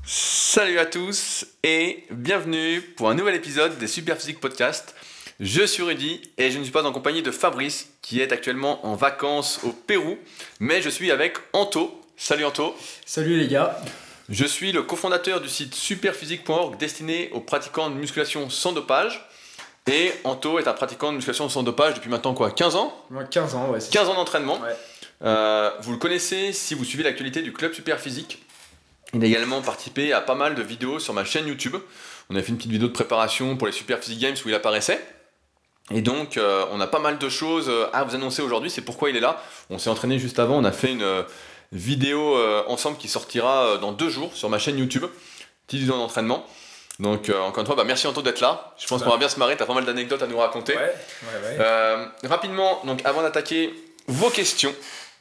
Salut à tous et bienvenue pour un nouvel épisode des Superphysique Podcast. Je suis Rudy et je ne suis pas en compagnie de Fabrice qui est actuellement en vacances au Pérou, mais je suis avec Anto. Salut Anto. Salut les gars. Je suis le cofondateur du site superphysique.org destiné aux pratiquants de musculation sans dopage. Et Anto est un pratiquant de musculation sans dopage depuis maintenant 15 ans. 15 ans, ouais. 15 ans d'entraînement. Ouais. Vous le connaissez si vous suivez l'actualité du club Superphysique. Il a également participé à pas mal de vidéos sur ma chaîne YouTube. On a fait une petite vidéo de préparation pour les Superphysique Games où il apparaissait. Et donc, on a pas mal de choses à vous annoncer aujourd'hui. C'est pourquoi il est là. On s'est entraîné juste avant. On a fait une vidéo ensemble qui sortira dans 2 jours sur ma chaîne YouTube. Petite vidéo d'entraînement. Donc, encore une fois, merci Anto d'être là. Je pense qu'on va bien se marrer. Tu as pas mal d'anecdotes à nous raconter. Ouais. Rapidement, donc, avant d'attaquer vos questions,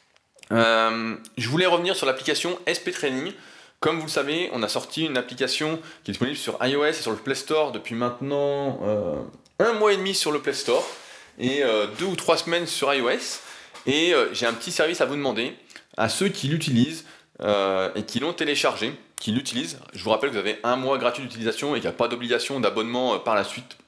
je voulais revenir sur l'application SP Training. Comme vous le savez, on a sorti une application qui est disponible sur iOS et sur le Play Store depuis maintenant 1 mois et demi sur le Play Store et 2 ou 3 semaines sur iOS. Et j'ai un petit service à vous demander à ceux qui l'utilisent et qui l'ont téléchargé, qui l'utilisent. Je vous rappelle que vous avez 1 mois gratuit d'utilisation et qu'il n'y a pas d'obligation d'abonnement par la suite.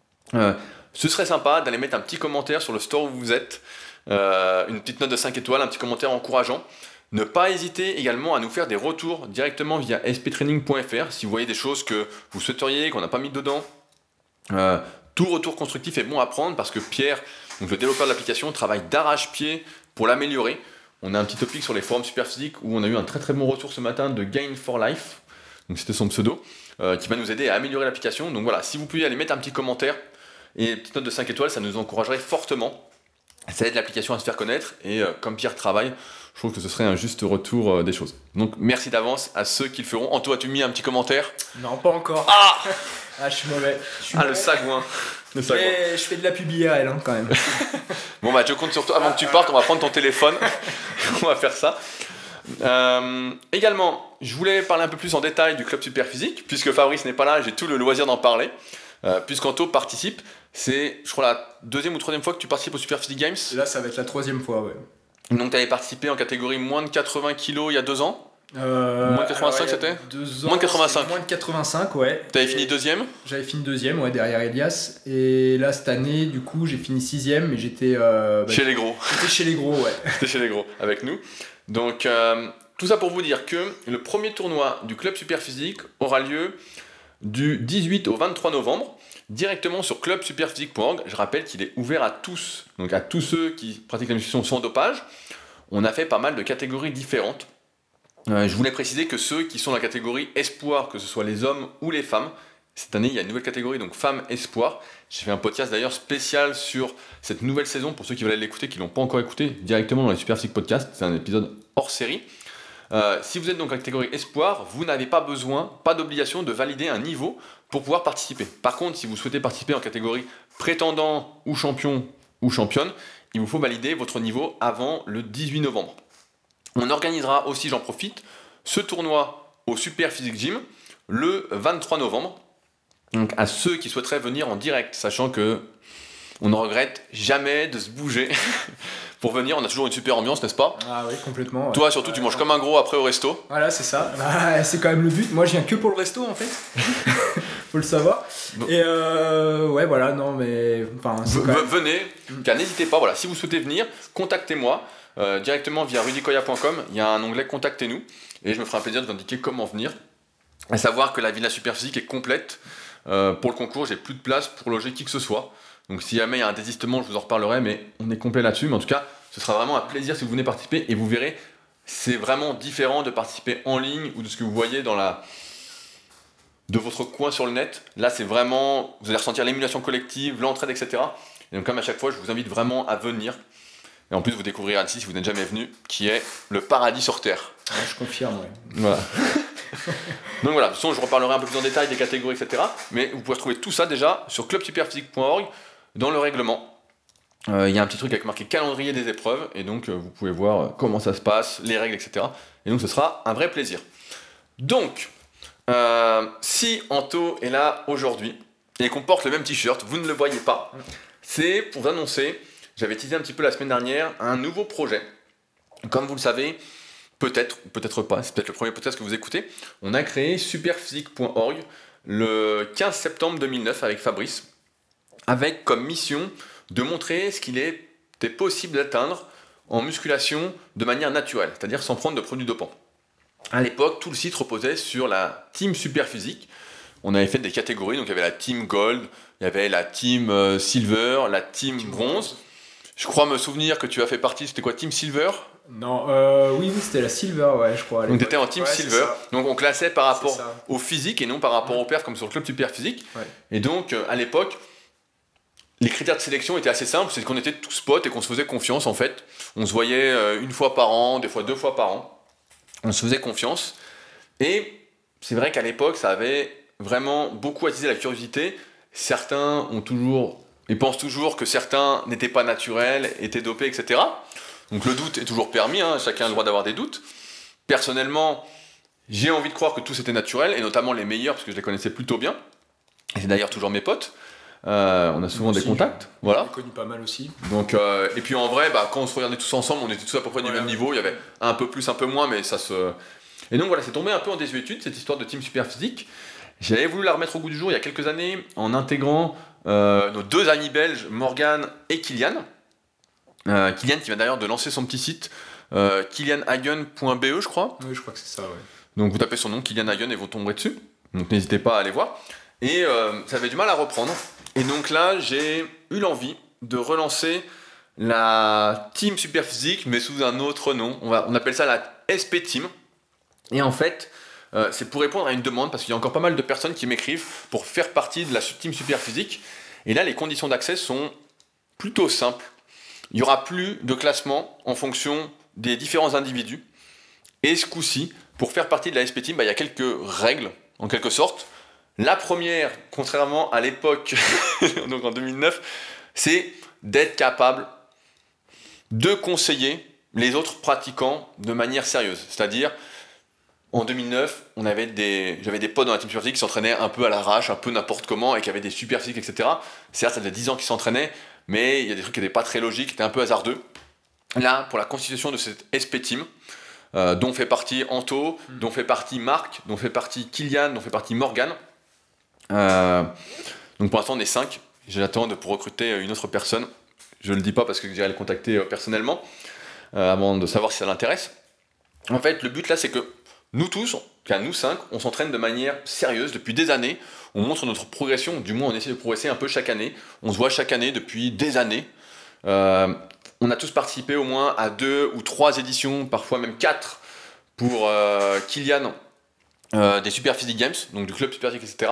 Ce serait sympa d'aller mettre un petit commentaire sur le store où vous êtes, une petite note de 5 étoiles, un petit commentaire encourageant. Ne pas hésiter également à nous faire des retours directement via sptraining.fr si vous voyez des choses que vous souhaiteriez, qu'on n'a pas mis dedans. Tout retour constructif est bon à prendre parce que Pierre, donc le développeur de l'application, travaille d'arrache-pied pour l'améliorer. On a un petit topic sur les forums Superphysique où on a eu un très très bon retour ce matin de Gain for Life, donc c'était son pseudo, qui va nous aider à améliorer l'application. Donc voilà, si vous pouviez aller mettre un petit commentaire et une petite note de 5 étoiles, ça nous encouragerait fortement. Ça aide l'application à se faire connaître et comme Pierre travaille, je trouve que ce serait un juste retour des choses. Donc merci d'avance à ceux qui le feront. Anto, as-tu mis un petit commentaire ? Non, pas encore. Je suis mauvais. Le sagouin. Mais je fais de la pub IRL quand même. Bon je compte sur toi. Avant que tu partes, on va prendre ton téléphone. On va faire ça. Également, je voulais parler un peu plus en détail du club Superphysique. Puisque Fabrice n'est pas là, j'ai tout le loisir d'en parler. Puisqu'Anto participe, c'est je crois la 2e ou 3e fois que tu participes au Superphysique Games. Et là, ça va être la 3e fois, ouais. Donc tu avais participé en catégorie moins de 80 kg il y a 2 ans. Moins de 85 c'était 2 ans. Moins de 85. Moins de 85, ouais. Tu avais fini 2e. J'avais fini 2e, ouais, derrière Elias. Et là, cette année, du coup, j'ai fini 6e, mais j'étais... chez les gros. J'étais chez les gros, ouais. J'étais chez les gros, avec nous. Donc, tout ça pour vous dire que le premier tournoi du club Superphysique aura lieu du 18 au 23 novembre, directement sur clubsuperphysique.org. Je rappelle qu'il est ouvert à tous, donc à tous ceux qui pratiquent la musculation sans dopage. On a fait pas mal de catégories différentes. Je voulais préciser que ceux qui sont dans la catégorie espoir, que ce soit les hommes ou les femmes, cette année il y a une nouvelle catégorie, donc femmes espoir. J'ai fait un podcast d'ailleurs spécial sur cette nouvelle saison, pour ceux qui veulent aller l'écouter, qui ne l'ont pas encore écouté, directement dans les Superphysique Podcast. C'est un épisode hors série. Si vous êtes donc en catégorie espoir, vous n'avez pas besoin, pas d'obligation de valider un niveau pour pouvoir participer. Par contre, si vous souhaitez participer en catégorie prétendant ou champion ou championne, il vous faut valider votre niveau avant le 18 novembre. On organisera aussi, j'en profite, ce tournoi au Superphysique Gym le 23 novembre. Donc à ceux qui souhaiteraient venir en direct, sachant que on ne regrette jamais de se bouger pour venir. On a toujours une super ambiance, n'est-ce pas ? Ah oui, complètement. Ouais. Toi surtout, tu manges comme un gros après au resto. Voilà, c'est ça. C'est quand même le but. Moi, je viens que pour le resto, en fait. Faut le savoir. Bon. Et ouais, voilà, non, mais... Venez, car n'hésitez pas, voilà, si vous souhaitez venir, contactez-moi directement via rudykoya.com. Il y a un onglet « Contactez-nous » et je me ferai un plaisir de vous indiquer comment venir. À savoir que la Villa Superphysique est complète. Pour le concours, j'ai plus de place pour loger qui que ce soit. Donc si jamais il y a un désistement, je vous en reparlerai, mais on est complet là-dessus. Mais en tout cas, ce sera vraiment un plaisir si vous venez participer et vous verrez, c'est vraiment différent de participer en ligne ou de ce que vous voyez de votre coin sur le net. Là, c'est vraiment, vous allez ressentir l'émulation collective, l'entraide, etc. Et donc comme à chaque fois, je vous invite vraiment à venir. Et en plus, vous découvrirez Annecy si vous n'êtes jamais venu, qui est le paradis sur Terre. Ouais, je confirme, ouais. Voilà. Donc voilà, de toute façon, je reparlerai un peu plus en détail des catégories, etc. Mais vous pouvez retrouver tout ça déjà sur clubsuperphysique.org dans le règlement. Il y a un petit truc avec marqué calendrier des épreuves, et donc vous pouvez voir comment ça se passe, les règles, etc. Et donc ce sera un vrai plaisir. Donc, si Anto est là aujourd'hui, et qu'on porte le même t-shirt, vous ne le voyez pas, c'est pour vous annoncer, j'avais teasé un petit peu la semaine dernière, un nouveau projet. Comme vous le savez, peut-être, ou peut-être pas, c'est peut-être le premier podcast que vous écoutez, on a créé superphysique.org le 15 septembre 2009 avec Fabrice, avec comme mission de montrer ce qu'il était possible d'atteindre en musculation de manière naturelle, c'est-à-dire sans prendre de produits dopants. À l'époque, tout le site reposait sur la team Superphysique. On avait fait des catégories, donc il y avait la team Gold, il y avait la team Silver, la team Bronze. Je crois me souvenir que tu as fait partie, c'était quoi, team Silver? Non, oui, c'était la Silver, ouais, je crois. Donc tu étais en team Silver, donc on classait par rapport au physique et non par rapport au perf comme sur le club Superphysique. Ouais. Et donc à l'époque, les critères de sélection étaient assez simples, c'est qu'on était tous potes et qu'on se faisait confiance en fait. On se voyait une fois par an, des fois 2 fois par an. On se faisait confiance. Et c'est vrai qu'à l'époque, ça avait vraiment beaucoup attisé la curiosité. Certains ont toujours, et pensent toujours que certains n'étaient pas naturels, étaient dopés, etc. Donc le doute est toujours permis, hein, chacun a le droit d'avoir des doutes. Personnellement, j'ai envie de croire que tous étaient naturels, et notamment les meilleurs, parce que je les connaissais plutôt bien. Et c'est d'ailleurs toujours mes potes. On a souvent des contacts. Voilà. J'ai connu pas mal aussi. Donc, et puis en vrai, quand on se regardait tous ensemble, on était tous à peu près du même niveau. Il y avait un peu plus, un peu moins, mais ça se... Et donc voilà, c'est tombé un peu en désuétude, cette histoire de Team Superphysique. J'avais voulu la remettre au goût du jour il y a quelques années, en intégrant nos 2 amis belges, Morgan et Kylian. Kylian qui vient d'ailleurs de lancer son petit site, kylianhagen.be je crois. Oui, je crois que c'est ça, ouais. Donc vous tapez son nom, Kylian Hagen, et vous tomberez dessus. Donc n'hésitez pas à aller voir. Et ça avait du mal à reprendre. Et donc là, j'ai eu l'envie de relancer la Team Superphysique, mais sous un autre nom. On appelle ça la SP Team. Et en fait, c'est pour répondre à une demande, parce qu'il y a encore pas mal de personnes qui m'écrivent pour faire partie de la Team Superphysique. Et là, les conditions d'accès sont plutôt simples. Il n'y aura plus de classement en fonction des différents individus. Et ce coup-ci, pour faire partie de la SP Team, il y a quelques règles, en quelque sorte. La première, contrairement à l'époque, donc en 2009, c'est d'être capable de conseiller les autres pratiquants de manière sérieuse. C'est-à-dire, en 2009, j'avais des potes dans la team Superphysique qui s'entraînaient un peu à l'arrache, un peu n'importe comment, et qui avaient des super physiques, etc. Certes, ça faisait 10 ans qu'ils s'entraînaient, mais il y a des trucs qui n'étaient pas très logiques, qui étaient un peu hasardeux. Là, pour la constitution de cette SP Team, dont fait partie Anto, dont fait partie Marc, dont fait partie Kylian, dont fait partie Morgan. Donc pour l'instant on est 5, j'attends pour recruter une autre personne, je le dis pas parce que j'irai le contacter personnellement avant de savoir si ça l'intéresse. En fait le but là c'est que nous tous, nous 5, on s'entraîne de manière sérieuse depuis des années, on montre notre progression, du moins on essaie de progresser un peu chaque année, on se voit chaque année depuis des années, on a tous participé au moins à 2 ou 3 éditions, parfois même 4 pour Kylian des Super Physique Games, donc du club Superphysique, etc.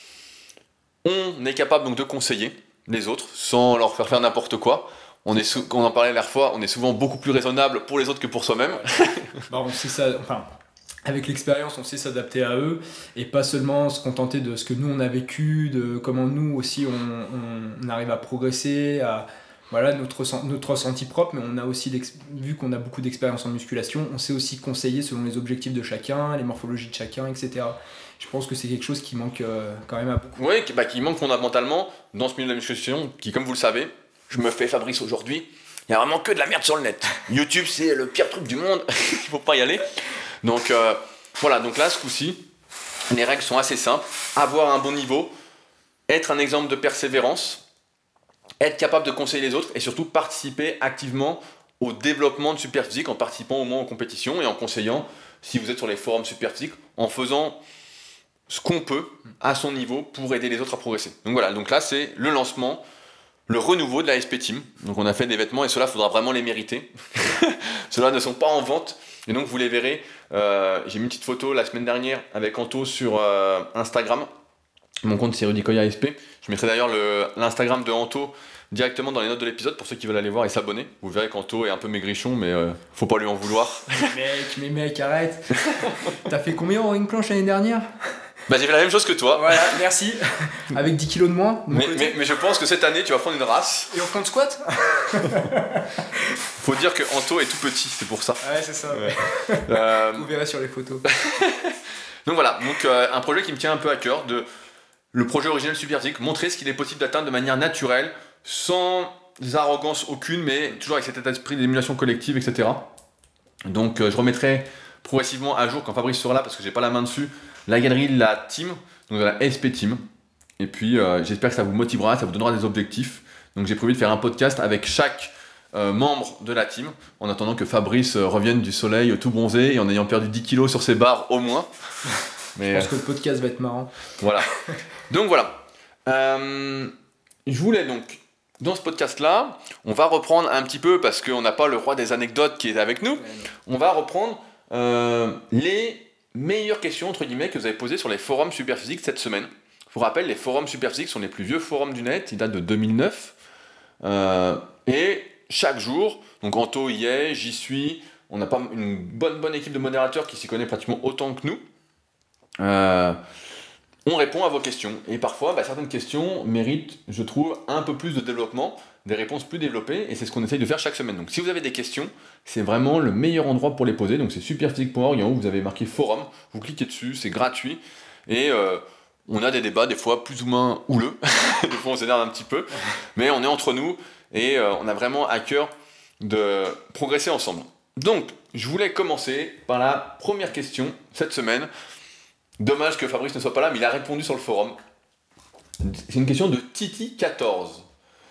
On est capable donc de conseiller les autres sans leur faire n'importe quoi. On en parlait la dernière fois, on est souvent beaucoup plus raisonnable pour les autres que pour soi-même. On sait ça, avec l'expérience, on sait s'adapter à eux et pas seulement se contenter de ce que nous on a vécu, de comment nous aussi on arrive à progresser, à notre ressenti propre, mais on a aussi, vu qu'on a beaucoup d'expérience en musculation, on sait aussi conseiller selon les objectifs de chacun, les morphologies de chacun, etc. Je pense que c'est quelque chose qui manque quand même à beaucoup. Oui, qui manque fondamentalement dans ce milieu de la musculation, qui, comme vous le savez, je me fais Fabrice aujourd'hui, il n'y a vraiment que de la merde sur le net. YouTube, c'est le pire truc du monde, il ne faut pas y aller. Donc voilà, donc là, ce coup-ci, les règles sont assez simples. Avoir un bon niveau, être un exemple de persévérance, être capable de conseiller les autres et surtout participer activement au développement de Superphysique en participant au moins aux compétitions et en conseillant, si vous êtes sur les forums Superphysique, en faisant ce qu'on peut à son niveau pour aider les autres à progresser. Donc voilà, donc là c'est le lancement, le renouveau de la SP Team. Donc on a fait des vêtements et ceux-là, il faudra vraiment les mériter. Ceux-là ne sont pas en vente et donc vous les verrez. J'ai mis une petite photo la semaine dernière avec Anto sur Instagram. Mon compte c'est Rudicoya SP. Je mettrai d'ailleurs l'Instagram de Anto directement dans les notes de l'épisode pour ceux qui veulent aller voir et s'abonner. Vous verrez qu'Anto est un peu maigrichon, mais faut pas lui en vouloir. Mais mec, arrête. T'as fait combien en ring planche l'année dernière ? J'ai fait la même chose que toi. Voilà, merci. Avec 10 kilos de moins. Mais je pense que cette année, tu vas prendre une race. Et on compte squat ? Faut dire que Anto est tout petit, c'est pour ça. Ouais, c'est ça. Ouais. Vous verrez sur les photos. Donc voilà, un projet qui me tient un peu à cœur, le projet original Superphysique, montrer ce qu'il est possible d'atteindre de manière naturelle, sans arrogance aucune, mais toujours avec cet état d'esprit d'émulation collective, etc. Donc je remettrai progressivement à jour quand Fabrice sera là, parce que j'ai pas la main dessus, la galerie de la team, donc de la SP Team. Et puis j'espère que ça vous motivera, ça vous donnera des objectifs. Donc j'ai prévu de faire un podcast avec chaque membre de la team, en attendant que Fabrice revienne du soleil tout bronzé et en ayant perdu 10 kilos sur ses barres au moins. Mais, je pense que le podcast va être marrant. Voilà. Donc voilà. Je voulais donc, dans ce podcast-là, on va reprendre un petit peu, parce qu'on n'a pas le roi des anecdotes qui est avec nous, on va reprendre les meilleures questions, entre guillemets, que vous avez posées sur les forums Superphysique cette semaine. Je vous rappelle, les forums Superphysique sont les plus vieux forums du net, ils datent de 2009. Et chaque jour, donc Anto y est, j'y suis, on a pas une bonne équipe de modérateurs qui s'y connaît pratiquement autant que nous. On répond à vos questions. Et parfois, certaines questions méritent, je trouve, un peu plus de développement, des réponses plus développées, et c'est ce qu'on essaye de faire chaque semaine. Donc si vous avez des questions, c'est vraiment le meilleur endroit pour les poser. Donc c'est superphysique.org, en haut vous avez marqué forum, vous cliquez dessus, c'est gratuit, et on a des débats des fois plus ou moins houleux, des fois on s'énerve un petit peu, mais on est entre nous, et on a vraiment à cœur de progresser ensemble. Donc, je voulais commencer par la première question cette semaine. Dommage que Fabrice ne soit pas là, mais il a répondu sur le forum. C'est une question de Titi14.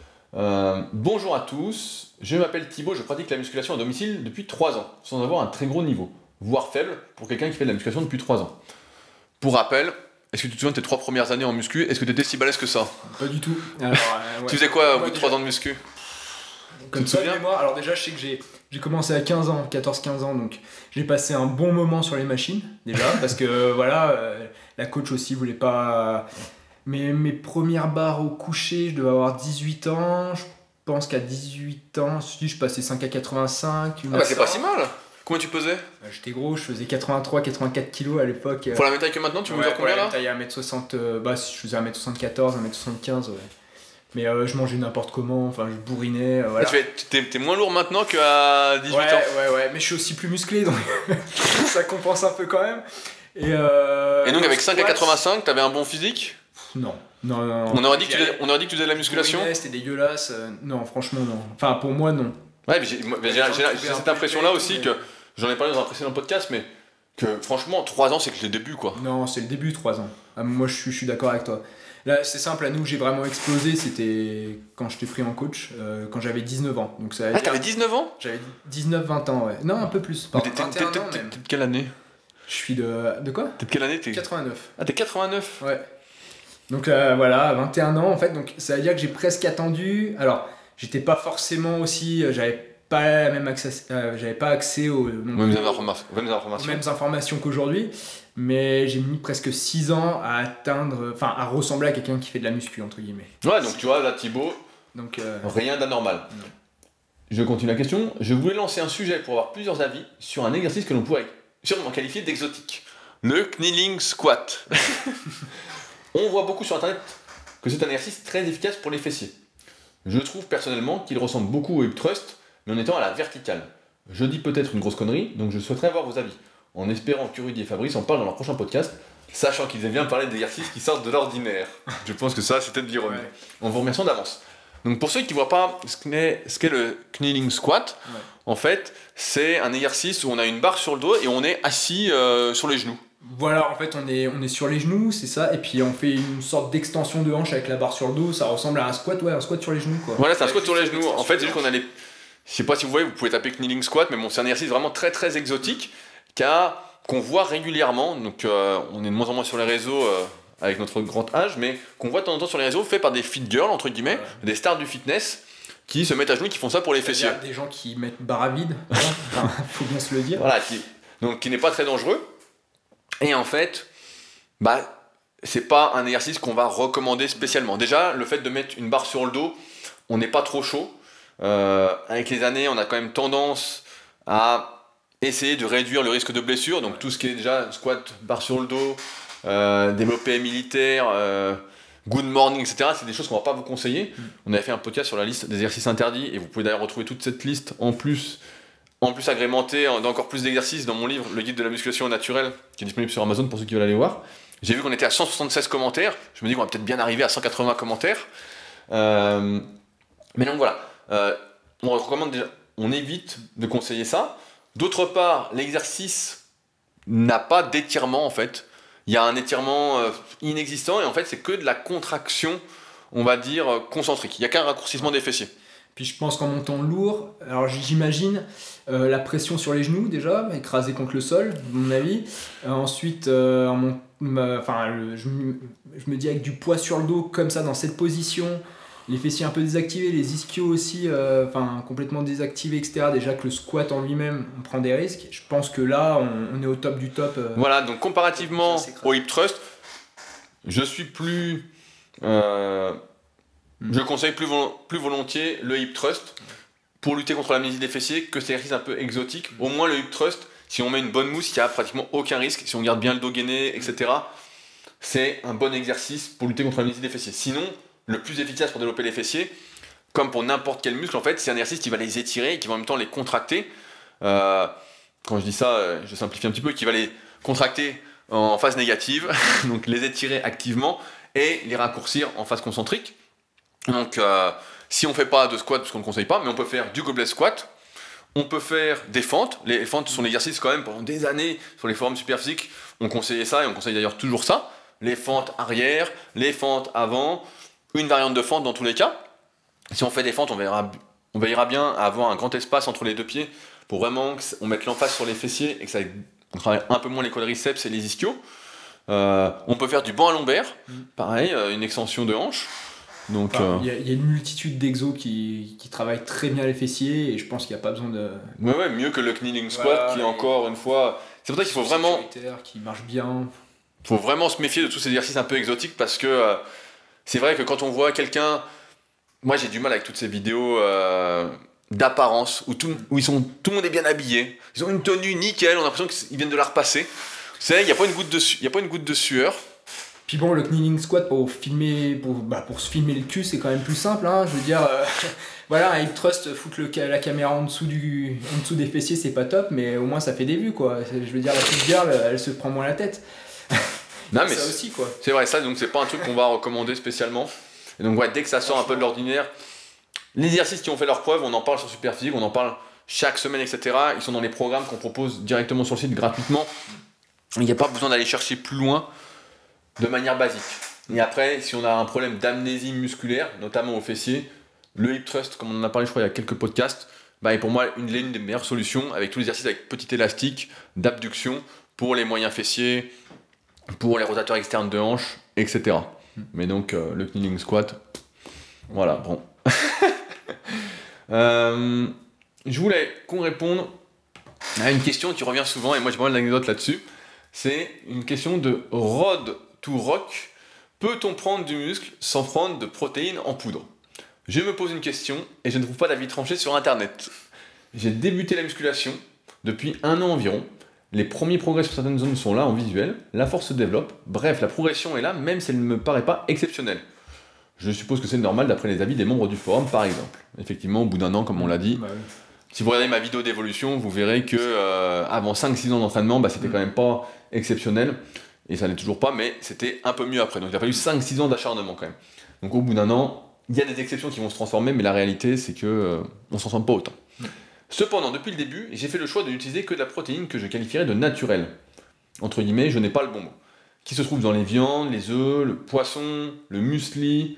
Bonjour à tous, je m'appelle Thibaut, je pratique la musculation à domicile depuis 3 ans, sans avoir un très gros niveau, voire faible pour quelqu'un qui fait de la musculation depuis 3 ans. Pour rappel, est-ce que tu te souviens de tes 3 premières années en muscu? Est-ce que tu étais si balèze que ça? Pas du tout. Alors, Tu faisais quoi au bout de 3 ans de muscu? Comme ça, mémoire. Alors déjà, je sais que j'ai commencé à 15 ans, 14-15 ans, donc j'ai passé un bon moment sur les machines, déjà, parce que voilà, la coach aussi voulait pas... Mes premières barres au coucher, je devais avoir 18 ans, je pense qu'à 18 ans, je passais 5 à 85. C'est pas si mal. Combien tu pesais? J'étais gros, je faisais 83-84 kilos à l'époque. Pour la même taille que maintenant, tu mesures combien là? Taille à 1m60, je faisais 1m74, 1m75, ouais. Mais je mangeais n'importe comment, enfin je bourrinais, voilà. T'es moins lourd maintenant qu'à 18 ans. Ouais, mais je suis aussi plus musclé, donc ça compense un peu quand même. Et donc avec 5 à 85, t'avais un bon physique? Non. On aurait dit que tu faisais de la musculation? C'était dégueulasse, non, franchement non. Enfin pour moi non. Ouais, mais j'ai cette impression-là aussi, que j'en ai parlé dans un précédent podcast, mais que franchement 3 ans c'est que le début quoi. Non, c'est le début 3 ans. Moi je suis d'accord avec toi. Là, c'est simple, à nous, j'ai vraiment explosé, c'était quand je t'ai pris en coach, quand j'avais 19 ans. Donc, ça t'avais 19 ans? J'avais 19-20 ans, ouais. Non, un peu plus. T'es de quelle année? Je suis de quoi? T'es de quelle année? 89. Ah, t'es 89? Ouais. Donc voilà, 21 ans, en fait, donc ça veut dire que j'ai presque attendu. Alors, j'étais pas forcément aussi... j'avais pas accès aux mêmes informations qu'aujourd'hui. Mais j'ai mis presque 6 ans à à ressembler à quelqu'un qui fait de la muscu, entre guillemets. Ouais, donc tu vois, là, Thibaut, rien d'anormal. Non. Je continue la question. Je voulais lancer un sujet pour avoir plusieurs avis sur un exercice que l'on pourrait sûrement qualifier d'exotique. Le kneeling squat. On voit beaucoup sur internet que c'est un exercice très efficace pour les fessiers. Je trouve personnellement qu'il ressemble beaucoup au hip thrust, mais en étant à la verticale. Je dis peut-être une grosse connerie, donc je souhaiterais avoir vos avis. En espérant que Rudy et Fabrice en parlent dans leur prochain podcast, sachant qu'ils aiment bien parler d'exercices qui sortent de l'ordinaire. Je pense que ça, c'était de l'ironie. Ouais. En vous remerciant d'avance. Donc pour ceux qui ne voient pas ce qu'est le kneeling squat, en fait, c'est un exercice où on a une barre sur le dos et on est assis sur les genoux. Voilà, en fait, on est sur les genoux, c'est ça, et puis on fait une sorte d'extension de hanche avec la barre sur le dos, ça ressemble à un squat sur les genoux, quoi. Voilà, c'est un squat sur les genoux. En fait, c'est juste qu'on a les... Je sais pas si vous voyez, vous pouvez taper kneeling squat, mais bon, c'est un exercice vraiment très très exotique qu'on voit régulièrement, donc on est de moins en moins sur les réseaux avec notre grand âge, mais qu'on voit de temps en temps sur les réseaux, fait par des fit girls, entre guillemets, des stars du fitness, qui se mettent à genoux et qui font ça pour les fessiers. Il y a des gens qui mettent barre à vide, faut bien se le dire. Voilà, qui n'est pas très dangereux, et en fait, c'est pas un exercice qu'on va recommander spécialement. Déjà, le fait de mettre une barre sur le dos, on n'est pas trop chaud. Avec les années, on a quand même tendance à essayer de réduire le risque de blessure, donc tout ce qui est déjà squat, barre sur le dos, développé militaire, good morning, etc., c'est des choses qu'on ne va pas vous conseiller. On avait fait un podcast sur la liste des exercices interdits, et vous pouvez d'ailleurs retrouver toute cette liste en plus agrémentée d'encore plus d'exercices dans mon livre, le guide de la musculation naturelle, qui est disponible sur Amazon pour ceux qui veulent aller voir. J'ai vu qu'on était à 176 commentaires, je me dis qu'on va peut-être bien arriver à 180 commentaires. Mais donc voilà, on recommande déjà, on évite de conseiller ça. D'autre part, l'exercice n'a pas d'étirement en fait. Il y a un étirement inexistant et en fait c'est que de la contraction, on va dire, concentrique. Il n'y a qu'un raccourcissement des fessiers. Puis je pense qu'en montant lourd, alors j'imagine la pression sur les genoux déjà, écrasé contre le sol, à mon avis. Ensuite, je me dis avec du poids sur le dos, comme ça, dans cette position, les fessiers un peu désactivés, les ischios aussi complètement désactivés, etc. Déjà que le squat en lui-même, on prend des risques. Je pense que là, on est au top du top. Voilà, donc comparativement au hip thrust, je suis plus... Je conseille plus volontiers le hip thrust pour lutter contre l'amnésie des fessiers que ces exercices un peu exotiques. Au moins le hip thrust, si on met une bonne mousse, il n'y a pratiquement aucun risque. Si on garde bien le dos gainé, etc., c'est un bon exercice pour lutter contre l'amnésie des fessiers. Sinon, le plus efficace pour développer les fessiers, comme pour n'importe quel muscle, en fait, c'est un exercice qui va les étirer et qui va en même temps les contracter. Quand je dis ça, je simplifie un petit peu, qui va les contracter en phase négative, donc les étirer activement et les raccourcir en phase concentrique. Donc, si on ne fait pas de squat, parce qu'on ne conseille pas, mais on peut faire du goblet squat, on peut faire des fentes. Les fentes sont l'exercice quand même pendant des années sur les forums Superphysique. On conseillait ça et on conseille d'ailleurs toujours ça. Les fentes arrière, les fentes avant, une variante de fente dans tous les cas. Si on fait des fentes, on veillera bien à avoir un grand espace entre les deux pieds pour vraiment qu'on mette l'emphase sur les fessiers et qu'on travaille un peu moins les quadriceps et les ischios. On peut faire du banc à lombaire, pareil, une extension de hanche. Donc, il y a une multitude d'exos qui travaillent très bien les fessiers et je pense qu'il n'y a pas besoin de... Ouais, mieux que le kneeling squat qui encore une fois... C'est pour ça qu'il faut vraiment... qui marche bien. Faut vraiment se méfier de tous ces exercices un peu exotiques parce que c'est vrai que quand on voit quelqu'un... Moi j'ai du mal avec toutes ces vidéos d'apparence où tout le monde est bien habillé, ils ont une tenue nickel, on a l'impression qu'ils viennent de la repasser. Il n'y a pas une goutte de sueur. Puis bon, le kneeling squat pour se filmer le cul, c'est quand même plus simple. Hein. Je veux dire, voilà, un hip thrust, foutre la caméra en dessous des fessiers, c'est pas top, mais au moins ça fait des vues, quoi. Je veux dire, la petite girl, elle se prend moins la tête. Non, mais ça aussi, quoi. C'est vrai, ça, donc c'est pas un truc qu'on va recommander spécialement. Et donc, ouais, dès que ça sort un peu de l'ordinaire, les exercices qui ont fait leur preuve, on en parle sur Superphysique, on en parle chaque semaine, etc. Ils sont dans les programmes qu'on propose directement sur le site gratuitement. Il n'y a pas besoin d'aller chercher plus loin. De manière basique. Et après, si on a un problème d'amnésie musculaire, notamment au fessier, le hip thrust, comme on en a parlé je crois il y a quelques podcasts, est pour moi l'une des meilleures solutions avec tous les exercices avec petit élastique, d'abduction pour les moyens fessiers, pour les rotateurs externes de hanche, etc. Mais donc le kneeling squat, voilà, bon. Je voulais qu'on réponde à une question qui revient souvent, et moi j'ai pas mal d'anecdotes là-dessus. C'est une question de Rod to Rock. Peut-on prendre du muscle sans prendre de protéines en poudre ? Je me pose une question et je ne trouve pas d'avis tranché sur internet. J'ai débuté la musculation depuis 1 an environ. Les premiers progrès sur certaines zones sont là en visuel, la force se développe, bref, la progression est là même si elle ne me paraît pas exceptionnelle. Je suppose que c'est normal d'après les avis des membres du forum par exemple. Effectivement, au bout d'1 an, comme on l'a dit, si vous regardez ma vidéo d'évolution, vous verrez que avant 5-6 ans d'entraînement, c'était quand même pas exceptionnel. Et ça n'est toujours pas, mais c'était un peu mieux après. Donc il a fallu 5-6 ans d'acharnement quand même. Donc au bout d'1 an, il y a des exceptions qui vont se transformer, mais la réalité c'est que on ne s'en transforme pas autant. Cependant, depuis le début, j'ai fait le choix de n'utiliser que de la protéine que je qualifierais de naturelle. Entre guillemets, je n'ai pas le bon mot. Qui se trouve dans les viandes, les œufs, le poisson, le muesli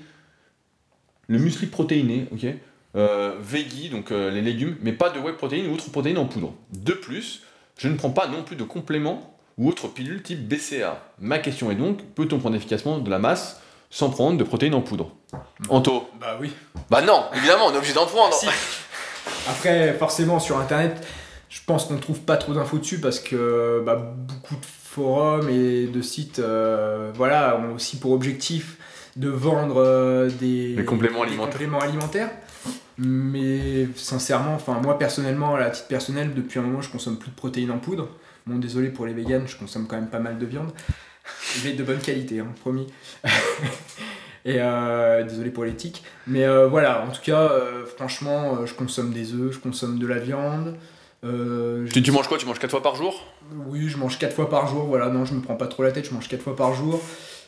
protéiné, ok, veggie, donc les légumes, mais pas de whey protéine ou autre protéine en poudre. De plus, je ne prends pas non plus de compléments ou autre pilule type BCA. Ma question est donc, peut-on prendre efficacement de la masse sans prendre de protéines en poudre ? Anto ? Bah oui. Bah non, évidemment, on est obligé d'en prendre. Si. Après, forcément, sur internet, je pense qu'on ne trouve pas trop d'infos dessus parce que beaucoup de forums et de sites ont aussi pour objectif de vendre des compléments alimentaires. Mais sincèrement, moi personnellement, à titre personnel, depuis un moment, je consomme plus de protéines en poudre. Bon, désolé pour les véganes, je consomme quand même pas mal de viande. Mais de bonne qualité, hein, promis. Et désolé pour les tics. Mais voilà, en tout cas, franchement, je consomme des œufs, je consomme de la viande. Tu manges quoi ? Tu manges 4 fois par jour ? Oui, je mange 4 fois par jour. Voilà, non, je me prends pas trop la tête, je mange 4 fois par jour.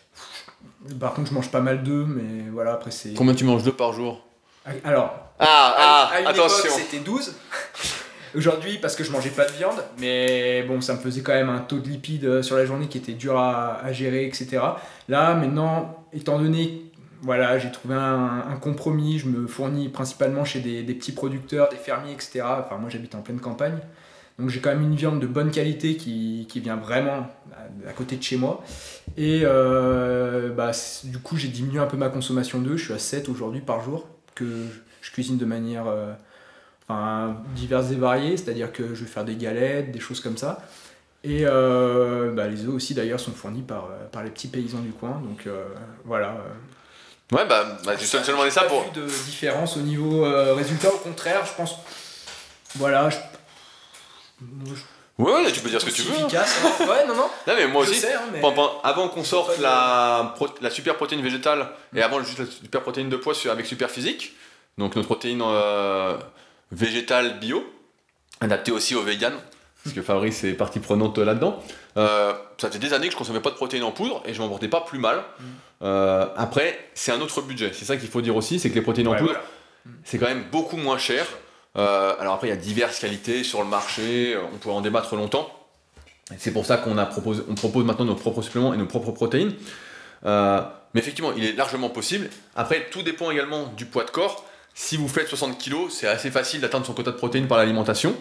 Par contre, je mange pas mal d'œufs, mais voilà, après c'est... Combien tu manges d'œufs par jour ? Alors, à une attention. époque, c'était 12. Aujourd'hui, parce que je mangeais pas de viande, mais bon, ça me faisait quand même un taux de lipides sur la journée qui était dur à gérer, etc. Là, maintenant, étant donné, voilà, j'ai trouvé un compromis, je me fournis principalement chez des petits producteurs, des fermiers, etc. Enfin, moi, j'habite en pleine campagne. Donc j'ai quand même une viande de bonne qualité qui vient vraiment à côté de chez moi. Et du coup, j'ai diminué un peu ma consommation d'œufs. Je suis à 7 aujourd'hui par jour, que je cuisine de manière diverses et variées. C'est-à-dire que je vais faire des galettes, des choses comme ça. Et les œufs aussi d'ailleurs sont fournis par les petits paysans du coin. Donc voilà. Ouais, tu te demandais ça pour. J'ai pas vu de différence au niveau résultat. Au contraire, je pense. Voilà. Ouais, tu peux dire ce que tu veux. Efficace, hein. Ouais, non. Non, mais moi Je aussi, sais, hein, mais... avant qu'on sorte la super protéine végétale et avant juste la super protéine de poids avec super physique, donc notre protéine végétale bio, adaptée aussi aux véganes, parce que Fabrice est partie prenante là-dedans. Ça fait des années que je consommais pas de protéines en poudre et je m'en portais pas plus mal. Après, c'est un autre budget. C'est ça qu'il faut dire aussi, c'est que les protéines en poudre, c'est quand même beaucoup moins cher. Alors après, il y a diverses qualités sur le marché, on pourrait en débattre longtemps. C'est pour ça qu'on propose maintenant nos propres suppléments et nos propres protéines. Mais effectivement, il est largement possible. Après, tout dépend également du poids de corps. Si vous faites 60 kg, c'est assez facile d'atteindre son quota de protéines par l'alimentation.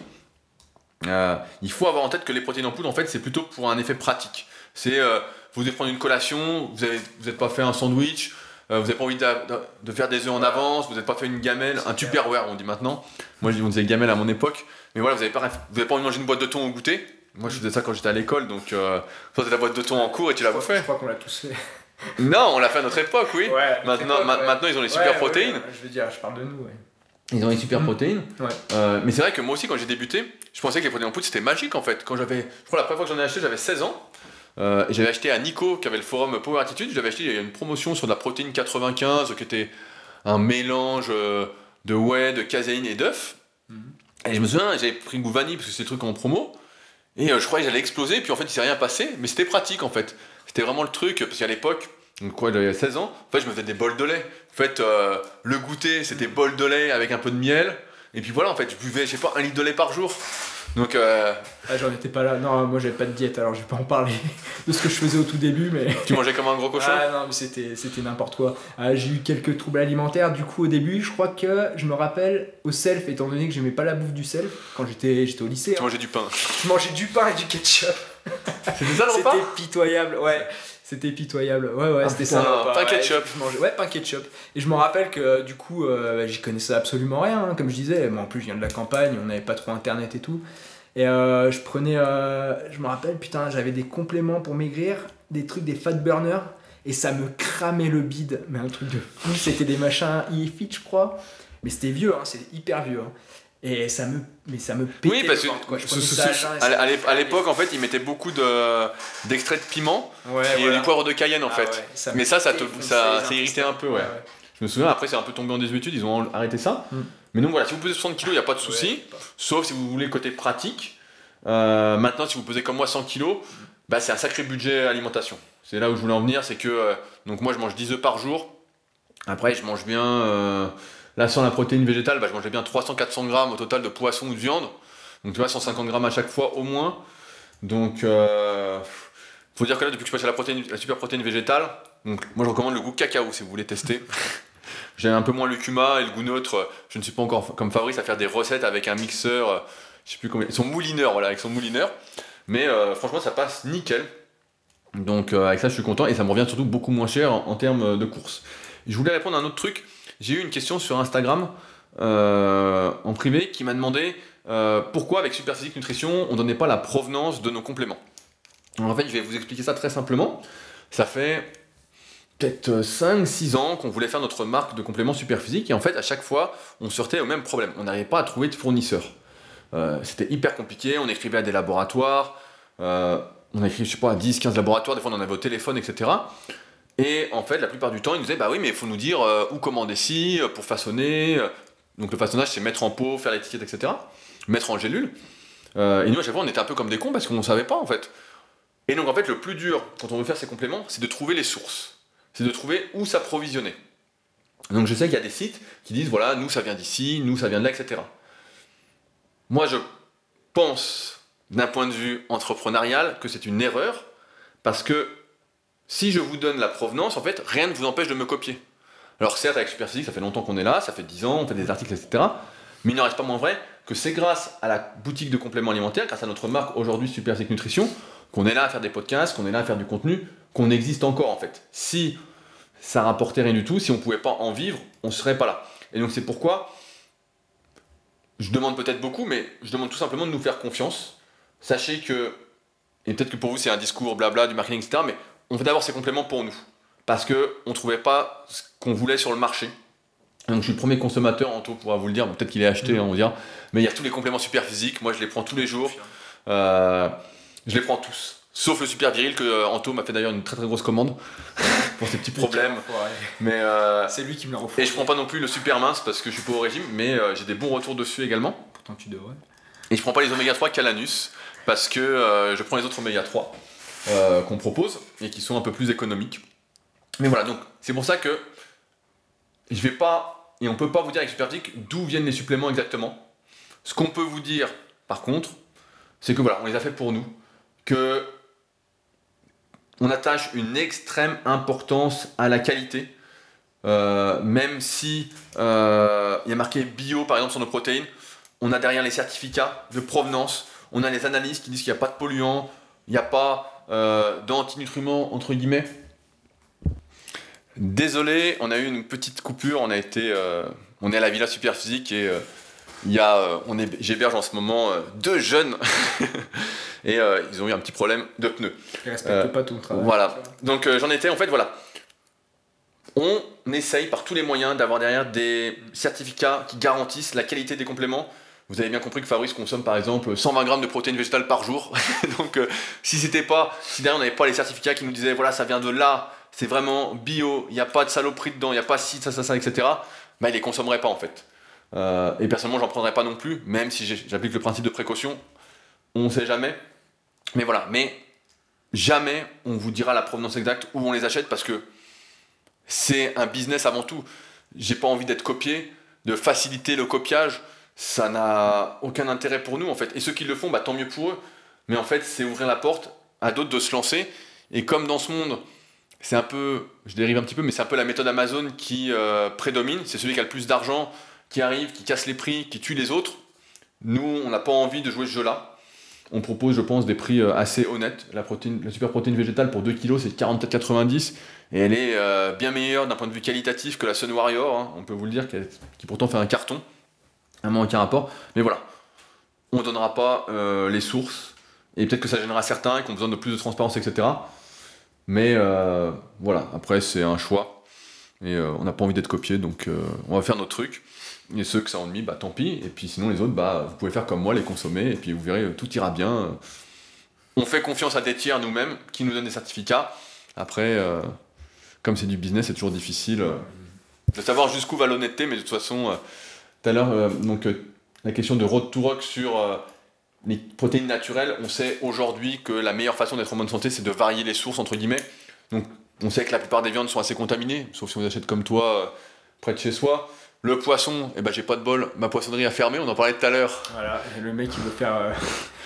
Il faut avoir en tête que les protéines en poudre, en fait, c'est plutôt pour un effet pratique. C'est, vous devez prendre une collation, vous n'êtes pas fait un sandwich, vous n'avez pas envie de faire des œufs en avance, vous n'avez pas fait une gamelle, un Tupperware on dit maintenant. Moi on disait gamelle à mon époque, mais voilà, vous n'avez pas envie de manger une boîte de thon au goûter. Moi je faisais ça quand j'étais à l'école, donc toi t'as la boîte de thon en cours et tu la bouffais. Je crois qu'on l'a tous fait. Non, on l'a fait à notre époque, oui. Ouais, maintenant ils ont les super protéines. Je veux dire, je parle de nous, ouais. Ils ont les super protéines. Ouais. Mais c'est vrai que moi aussi quand j'ai débuté, je pensais que les protéines en poudre c'était magique en fait. Je crois la première fois que j'en ai acheté, j'avais 16 ans. Et j'avais acheté à Nico qui avait le forum Power Attitude, j'avais acheté, il y a une promotion sur de la protéine 95 qui était un mélange de whey, de caséine et d'œufs. Et je me souviens, j'avais pris goût vanille parce que c'est des trucs en promo. Et je croyais que j'allais exploser, puis en fait il s'est rien passé, mais c'était pratique en fait. C'était vraiment le truc, parce qu'à l'époque, donc quoi, j'avais 16 ans, en fait je me faisais des bols de lait. En fait, le goûter c'était bol de lait avec un peu de miel. Et puis voilà, en fait, je buvais, je sais pas, 1 litre de lait par jour. Donc j'en étais pas là. Non, moi j'avais pas de diète, alors je vais pas en parler de ce que je faisais au tout début, mais... Tu mangeais comme un gros cochon? Ah non, mais c'était n'importe quoi. J'ai eu quelques troubles alimentaires, du coup au début, je crois que je me rappelle au self, étant donné que j'aimais pas la bouffe du self, quand j'étais au lycée. Tu mangeais du pain? Je mangeais du pain et du ketchup. C'était ça le repas? C'était pitoyable, ouais. C'était pitoyable, ouais, c'était ça. Pain ketchup. Pain ketchup. Et je me rappelle que du coup, j'y connaissais absolument rien, hein, comme je disais. Moi en plus, je viens de la campagne, on n'avait pas trop internet et tout. Et je prenais, je me rappelle, putain, j'avais des compléments pour maigrir, des trucs, des fat burners, et ça me cramait le bide, mais un truc de fou. C'était des machins e-fit, je crois, mais c'était vieux, hein, c'était hyper vieux. Hein. Et ça me pétait. Oui, parce que quoi. à l'époque, en fait, ils mettaient beaucoup d'extrait de piment et du poivre de Cayenne, en fait. Ouais, mais ça irritait un peu, ouais. Je me souviens, après, c'est un peu tombé en désuétude, ils ont arrêté ça. Mais donc voilà, si vous pesez 60 kg, il n'y a pas de souci, sauf si vous voulez le côté pratique. Maintenant, si vous pesez comme moi 100 kg, c'est un sacré budget alimentation. C'est là où je voulais en venir, c'est que donc moi je mange 10 œufs par jour. Après, je mange bien, là sans la protéine végétale, je mangeais bien 300-400 grammes au total de poisson ou de viande. Donc tu vois, 150 grammes à chaque fois au moins. Donc, faut dire que là, depuis que je passe à la super protéine végétale, donc moi je recommande le goût cacao si vous voulez tester. J'ai un peu moins le curcuma et le goût neutre. Je ne suis pas encore comme Fabrice à faire des recettes avec un mixeur, je sais plus combien, son moulineur, voilà, avec son moulineur. Mais franchement, ça passe nickel. Donc avec ça, je suis content et ça me revient surtout beaucoup moins cher en termes de courses. Je voulais répondre à un autre truc. J'ai eu une question sur Instagram en privé qui m'a demandé pourquoi avec Superphysique Nutrition on ne donnait pas la provenance de nos compléments. Alors, en fait, je vais vous expliquer ça très simplement. Ça fait peut-être 5-6 ans qu'on voulait faire notre marque de compléments Superphysique et en fait à chaque fois on se heurtait au même problème, on n'arrivait pas à trouver de fournisseurs. C'était hyper compliqué, on écrivait à des laboratoires, on a écrit je sais pas à 10-15 laboratoires, des fois on en avait au téléphone, etc. Et en fait la plupart du temps ils nous disaient bah oui mais il faut nous dire où commander ci pour façonner, donc le façonnage c'est mettre en pot, faire l'étiquette, etc. Mettre en gélule, et nous à chaque fois on était un peu comme des cons parce qu'on ne savait pas en fait. Et donc en fait le plus dur quand on veut faire ces compléments c'est de trouver les sources. C'est de trouver où s'approvisionner. Donc je sais qu'il y a des sites qui disent voilà, nous ça vient d'ici, nous ça vient de là, etc. Moi pense, d'un point de vue entrepreneurial, que c'est une erreur, parce que si je vous donne la provenance, en fait, rien ne vous empêche de me copier. Alors certes, avec Superphysique, ça fait longtemps qu'on est là, ça fait 10 ans, on fait des articles, etc. Mais il n'en reste pas moins vrai que c'est grâce à la boutique de compléments alimentaires, grâce à notre marque aujourd'hui Superphysique Nutrition, qu'on est là à faire des podcasts, qu'on est là à faire du contenu, qu'on existe encore en fait. Si ça rapportait rien du tout, si on ne pouvait pas en vivre, on ne serait pas là. Et donc c'est pourquoi je demande peut-être beaucoup, mais je demande tout simplement de nous faire confiance. Sachez que, et peut-être que pour vous c'est un discours blabla du marketing, etc., mais on fait d'abord ces compléments pour nous. Parce qu'on ne trouvait pas ce qu'on voulait sur le marché. Donc je suis le premier consommateur, Anto pourra vous le dire, peut-être qu'il est acheté, on va dire, mais il y a tous les compléments super physiques, moi je les prends tous les jours, je les prends tous, sauf le super viril que Anto m'a fait d'ailleurs une très très grosse commande pour ses petits problèmes, mais c'est lui qui me l'a refait. Et je prends pas non plus le super mince parce que je suis pas au régime, mais j'ai des bons retours dessus également. Pourtant tu devrais. Et je prends pas les oméga 3 Calanus parce que je prends les autres oméga 3 qu'on propose et qui sont un peu plus économiques. Mais voilà, donc c'est pour ça que je vais pas, et on peut pas vous dire avec Superphysique d'où viennent les suppléments exactement. Ce qu'on peut vous dire, par contre, c'est que voilà, on les a fait pour nous, que on attache une extrême importance à la qualité, même si il y a marqué bio par exemple sur nos protéines, on a derrière les certificats de provenance, on a les analyses qui disent qu'il n'y a pas de polluants, il n'y a pas d'antinutriments entre guillemets. Désolé, on a eu une petite coupure, on est à la Villa Superphysique et j'héberge en ce moment 2 jeunes et ils ont eu un petit problème de pneus. Ils respectent pas tout le travail. Voilà, donc j'en étais en fait, voilà. On essaye par tous les moyens d'avoir derrière des certificats qui garantissent la qualité des compléments. Vous avez bien compris que Fabrice consomme par exemple 120 grammes de protéines végétales par jour. Donc si derrière on n'avait pas les certificats qui nous disaient voilà ça vient de là, c'est vraiment bio, il n'y a pas de saloperie dedans, il n'y a pas ci, ça, etc. Bah, il les consommerait pas en fait. Et personnellement j'en prendrais pas non plus, même si j'applique le principe de précaution, on ne sait jamais. Mais voilà, mais jamais on vous dira la provenance exacte où on les achète parce que c'est un business avant tout. J'ai pas envie d'être copié, de faciliter le copiage, ça n'a aucun intérêt pour nous en fait. Et ceux qui le font, bah, tant mieux pour eux. Mais en fait, c'est ouvrir la porte à d'autres de se lancer. Et comme dans ce monde, c'est un peu, je dérive un petit peu, mais c'est un peu la méthode Amazon qui prédomine. C'est celui qui a le plus d'argent, qui arrive, qui casse les prix, qui tue les autres. Nous, on n'a pas envie de jouer ce jeu-là. On propose, je pense, des prix assez honnêtes. La super protéine végétale pour 2 kg, c'est 44,90 et elle est bien meilleure d'un point de vue qualitatif que la Sun Warrior, hein, on peut vous le dire, qui pourtant fait un carton. Vraiment aucun rapport. Mais voilà, on ne donnera pas les sources et peut-être que ça gênera certains qui ont besoin de plus de transparence, etc. Mais voilà, après c'est un choix et on n'a pas envie d'être copié, donc on va faire notre truc. Et ceux que ça ennuie, bah tant pis. Et puis sinon les autres, bah vous pouvez faire comme moi, les consommer et puis vous verrez, tout ira bien. On fait confiance à des tiers nous-mêmes qui nous donnent des certificats. Après, comme c'est du business, c'est toujours difficile de savoir jusqu'où va l'honnêteté, mais de toute façon, tout à l'heure, la question de Road to Rock sur les protéines naturelles, on sait aujourd'hui que la meilleure façon d'être en bonne santé, c'est de varier les sources, entre guillemets. Donc on sait que la plupart des viandes sont assez contaminées, sauf si on les achète comme toi, près de chez soi. Le poisson, eh ben, j'ai pas de bol, ma poissonnerie a fermé, on en parlait tout à l'heure. Voilà, et le mec il veut faire,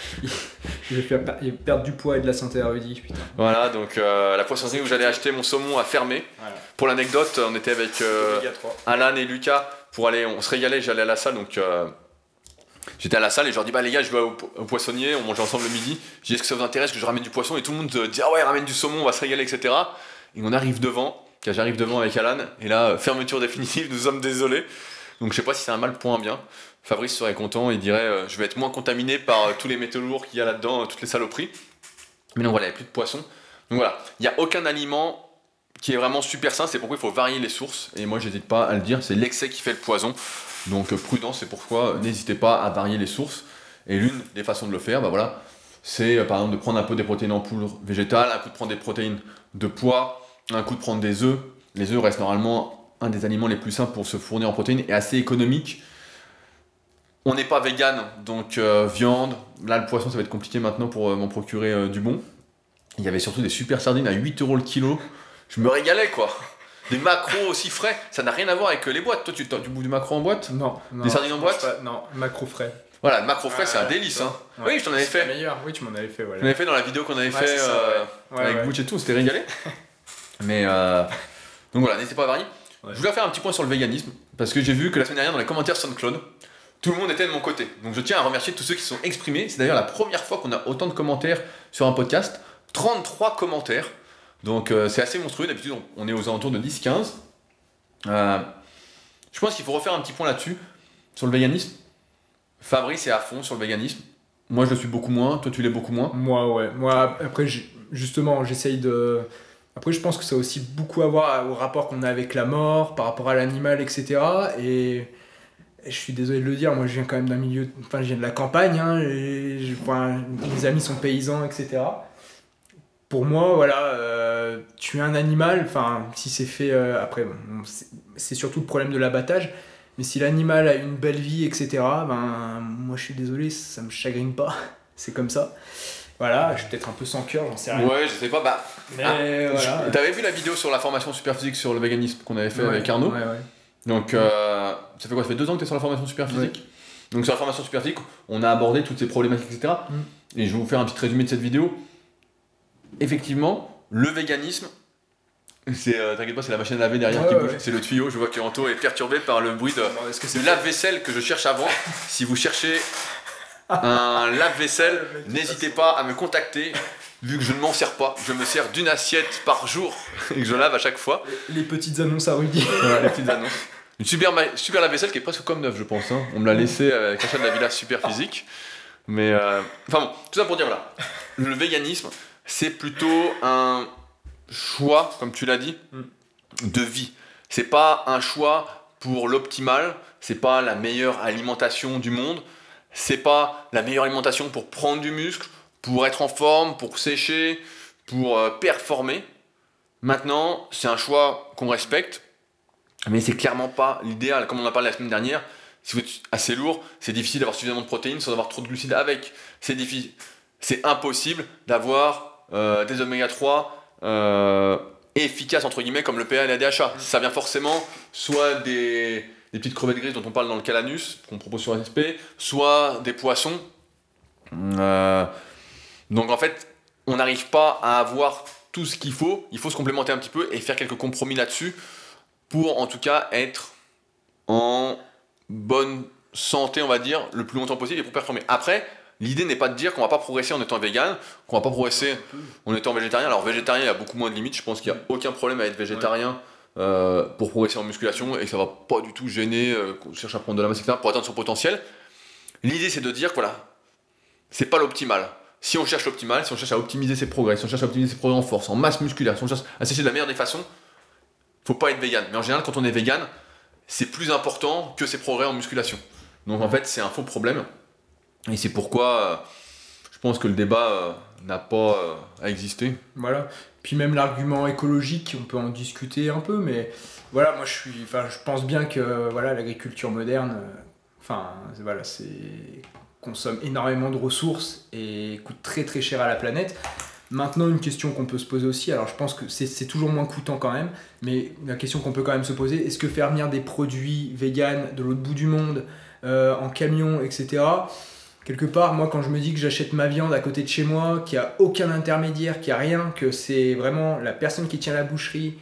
il veut perdre du poids et de la santé à Rudy, putain. Voilà, donc la poissonnerie où j'allais acheter mon saumon a fermé. Voilà. Pour l'anecdote, on était avec Alan et Lucas pour aller, on se régalait, j'allais à la salle, donc j'étais à la salle et je leur dis bah les gars, je vais au poissonnier, on mangeait ensemble le midi. Je dis est-ce que ça vous intéresse que je ramène du poisson, et tout le monde dit ah ouais, ramène du saumon, on va se régaler, etc. Et on arrive devant. J'arrive devant avec Alan, et là, fermeture définitive, nous sommes désolés. Donc je sais pas si c'est un mal pour un bien. Fabrice serait content, il dirait je vais être moins contaminé par tous les métaux lourds qu'il y a là-dedans, toutes les saloperies. Mais non, voilà, il n'y a plus de poisson. Donc voilà, il n'y a aucun aliment qui est vraiment super sain, c'est pourquoi il faut varier les sources. Et moi, j'hésite pas à le dire, c'est l'excès qui fait le poison. Donc prudence, c'est pourquoi n'hésitez pas à varier les sources. Et l'une des façons de le faire, bah voilà, c'est par exemple de prendre un peu des protéines en poudre végétale, un coup de prendre des protéines de pois, un coup de prendre des œufs. Les œufs restent normalement un des aliments les plus simples pour se fournir en protéines et assez économique. On n'est pas vegan, donc viande. Là, le poisson, ça va être compliqué maintenant pour m'en procurer du bon. Il y avait surtout des super sardines à 8 € le kilo. Je me régalais, quoi. Des maquereaux aussi frais. Ça n'a rien à voir avec les boîtes. Toi, tu bouffes du maquereau en boîte ? Non. Des sardines en boîte ? Non, maquereau frais. Voilà, le macro frais, c'est un délice. Hein. Ouais, oui, je t'en avais fait. Meilleur. Oui, tu m'en avais fait. Ouais. Je l'avais fait dans la vidéo qu'on avait fait ça, avec Butch et tout, on s'était régalé. Mais donc voilà, n'hésitez pas à varier. Ouais. Je voulais faire un petit point sur le véganisme, parce que j'ai vu que la semaine dernière, dans les commentaires SoundCloud, tout le monde était de mon côté. Donc je tiens à remercier tous ceux qui se sont exprimés. C'est d'ailleurs la première fois qu'on a autant de commentaires sur un podcast. 33 commentaires. Donc c'est assez monstrueux. D'habitude, on est aux alentours de 10-15. Je pense qu'il faut refaire un petit point là-dessus, sur le véganisme. Fabrice est à fond sur le véganisme. Moi, je le suis beaucoup moins. Toi, tu l'es beaucoup moins. Moi, ouais. Moi, après, justement, j'essaye de... Après, je pense que ça a aussi beaucoup à voir au rapport qu'on a avec la mort, par rapport à l'animal, etc. Et je suis désolé de le dire, moi, je viens quand même d'un milieu... Enfin, je viens de la campagne, hein, mes amis sont paysans, etc. Pour moi, voilà, tuer un animal, enfin, si c'est fait... après, bon, c'est surtout le problème de l'abattage. Mais si l'animal a une belle vie, etc., ben, moi je suis désolé, ça me chagrine pas. C'est comme ça. Voilà, je suis peut-être un peu sans cœur, j'en sais rien. Ouais, je sais pas. Bah, mais voilà. T'avais vu la vidéo sur la formation Superphysique sur le véganisme qu'on avait fait avec Arnaud. Ouais. Donc, ça fait quoi? Ça fait 2 ans que t'es sur la formation Superphysique. Donc, sur la formation Superphysique, on a abordé toutes ces problématiques, etc. Et je vais vous faire un petit résumé de cette vidéo. Effectivement, le véganisme, t'inquiète pas, c'est la machine à laver derrière qui bouge. C'est le tuyau. Je vois que Anto est perturbé par le bruit de lave-vaisselle que je cherche avant. Si vous cherchez un lave-vaisselle, n'hésitez pas à me contacter. Vu que je ne m'en sers pas, je me sers d'une assiette par jour et que je lave à chaque fois. Les petites annonces à Rudy. Voilà, les petites annonces. Une super lave-vaisselle qui est presque comme neuve, je pense. Hein. On me l'a laissé avec l'achat de la villa Superphysique. Mais enfin bon, tout ça pour dire voilà. Le véganisme, c'est plutôt un choix, comme tu l'as dit, de vie. C'est pas un choix pour l'optimal, c'est pas la meilleure alimentation du monde, c'est pas la meilleure alimentation pour prendre du muscle, pour être en forme, pour sécher, pour performer. Maintenant, c'est un choix qu'on respecte, mais c'est clairement pas l'idéal. Comme on en a parlé la semaine dernière, si vous êtes assez lourd, c'est difficile d'avoir suffisamment de protéines sans avoir trop de glucides avec. C'est difficile. C'est impossible d'avoir des oméga 3 efficaces entre guillemets comme le PA et la DHA. Ça vient forcément soit des petites crevettes grises dont on parle dans le Calanus, qu'on propose sur SP, soit des poissons. Donc en fait, on n'arrive pas à avoir tout ce qu'il faut. Il faut se complémenter un petit peu et faire quelques compromis là-dessus pour en tout cas être en bonne santé, on va dire, le plus longtemps possible et pour performer. Après, l'idée n'est pas de dire qu'on va pas progresser en étant vegan, qu'on va pas progresser en étant végétarien. Alors végétarien, il y a beaucoup moins de limites. Je pense qu'il n'y a aucun problème à être végétarien pour progresser en musculation et que ça va pas du tout gêner qu'on cherche à prendre de la masse, etc. pour atteindre son potentiel. L'idée, c'est de dire que voilà, c'est pas l'optimal. Si on cherche l'optimal, si on cherche à optimiser ses progrès, si on cherche à optimiser ses progrès en force, en masse musculaire, si on cherche à sécher de la meilleure des façons, faut pas être vegan. Mais en général, quand on est vegan, c'est plus important que ses progrès en musculation. Donc en fait, c'est un faux problème. Et c'est pourquoi je pense que le débat n'a pas à exister. Voilà. Puis même l'argument écologique, on peut en discuter un peu, mais voilà, moi je pense bien que voilà, l'agriculture moderne, voilà, consomme énormément de ressources et coûte très très cher à la planète. Maintenant, une question qu'on peut se poser aussi, alors je pense que c'est toujours moins coûtant quand même, mais la question qu'on peut quand même se poser, est-ce que faire venir des produits véganes de l'autre bout du monde, en camion, etc., quelque part, moi quand je me dis que j'achète ma viande à côté de chez moi, qu'il n'y a aucun intermédiaire, qu'il n'y a rien, que c'est vraiment la personne qui tient la boucherie,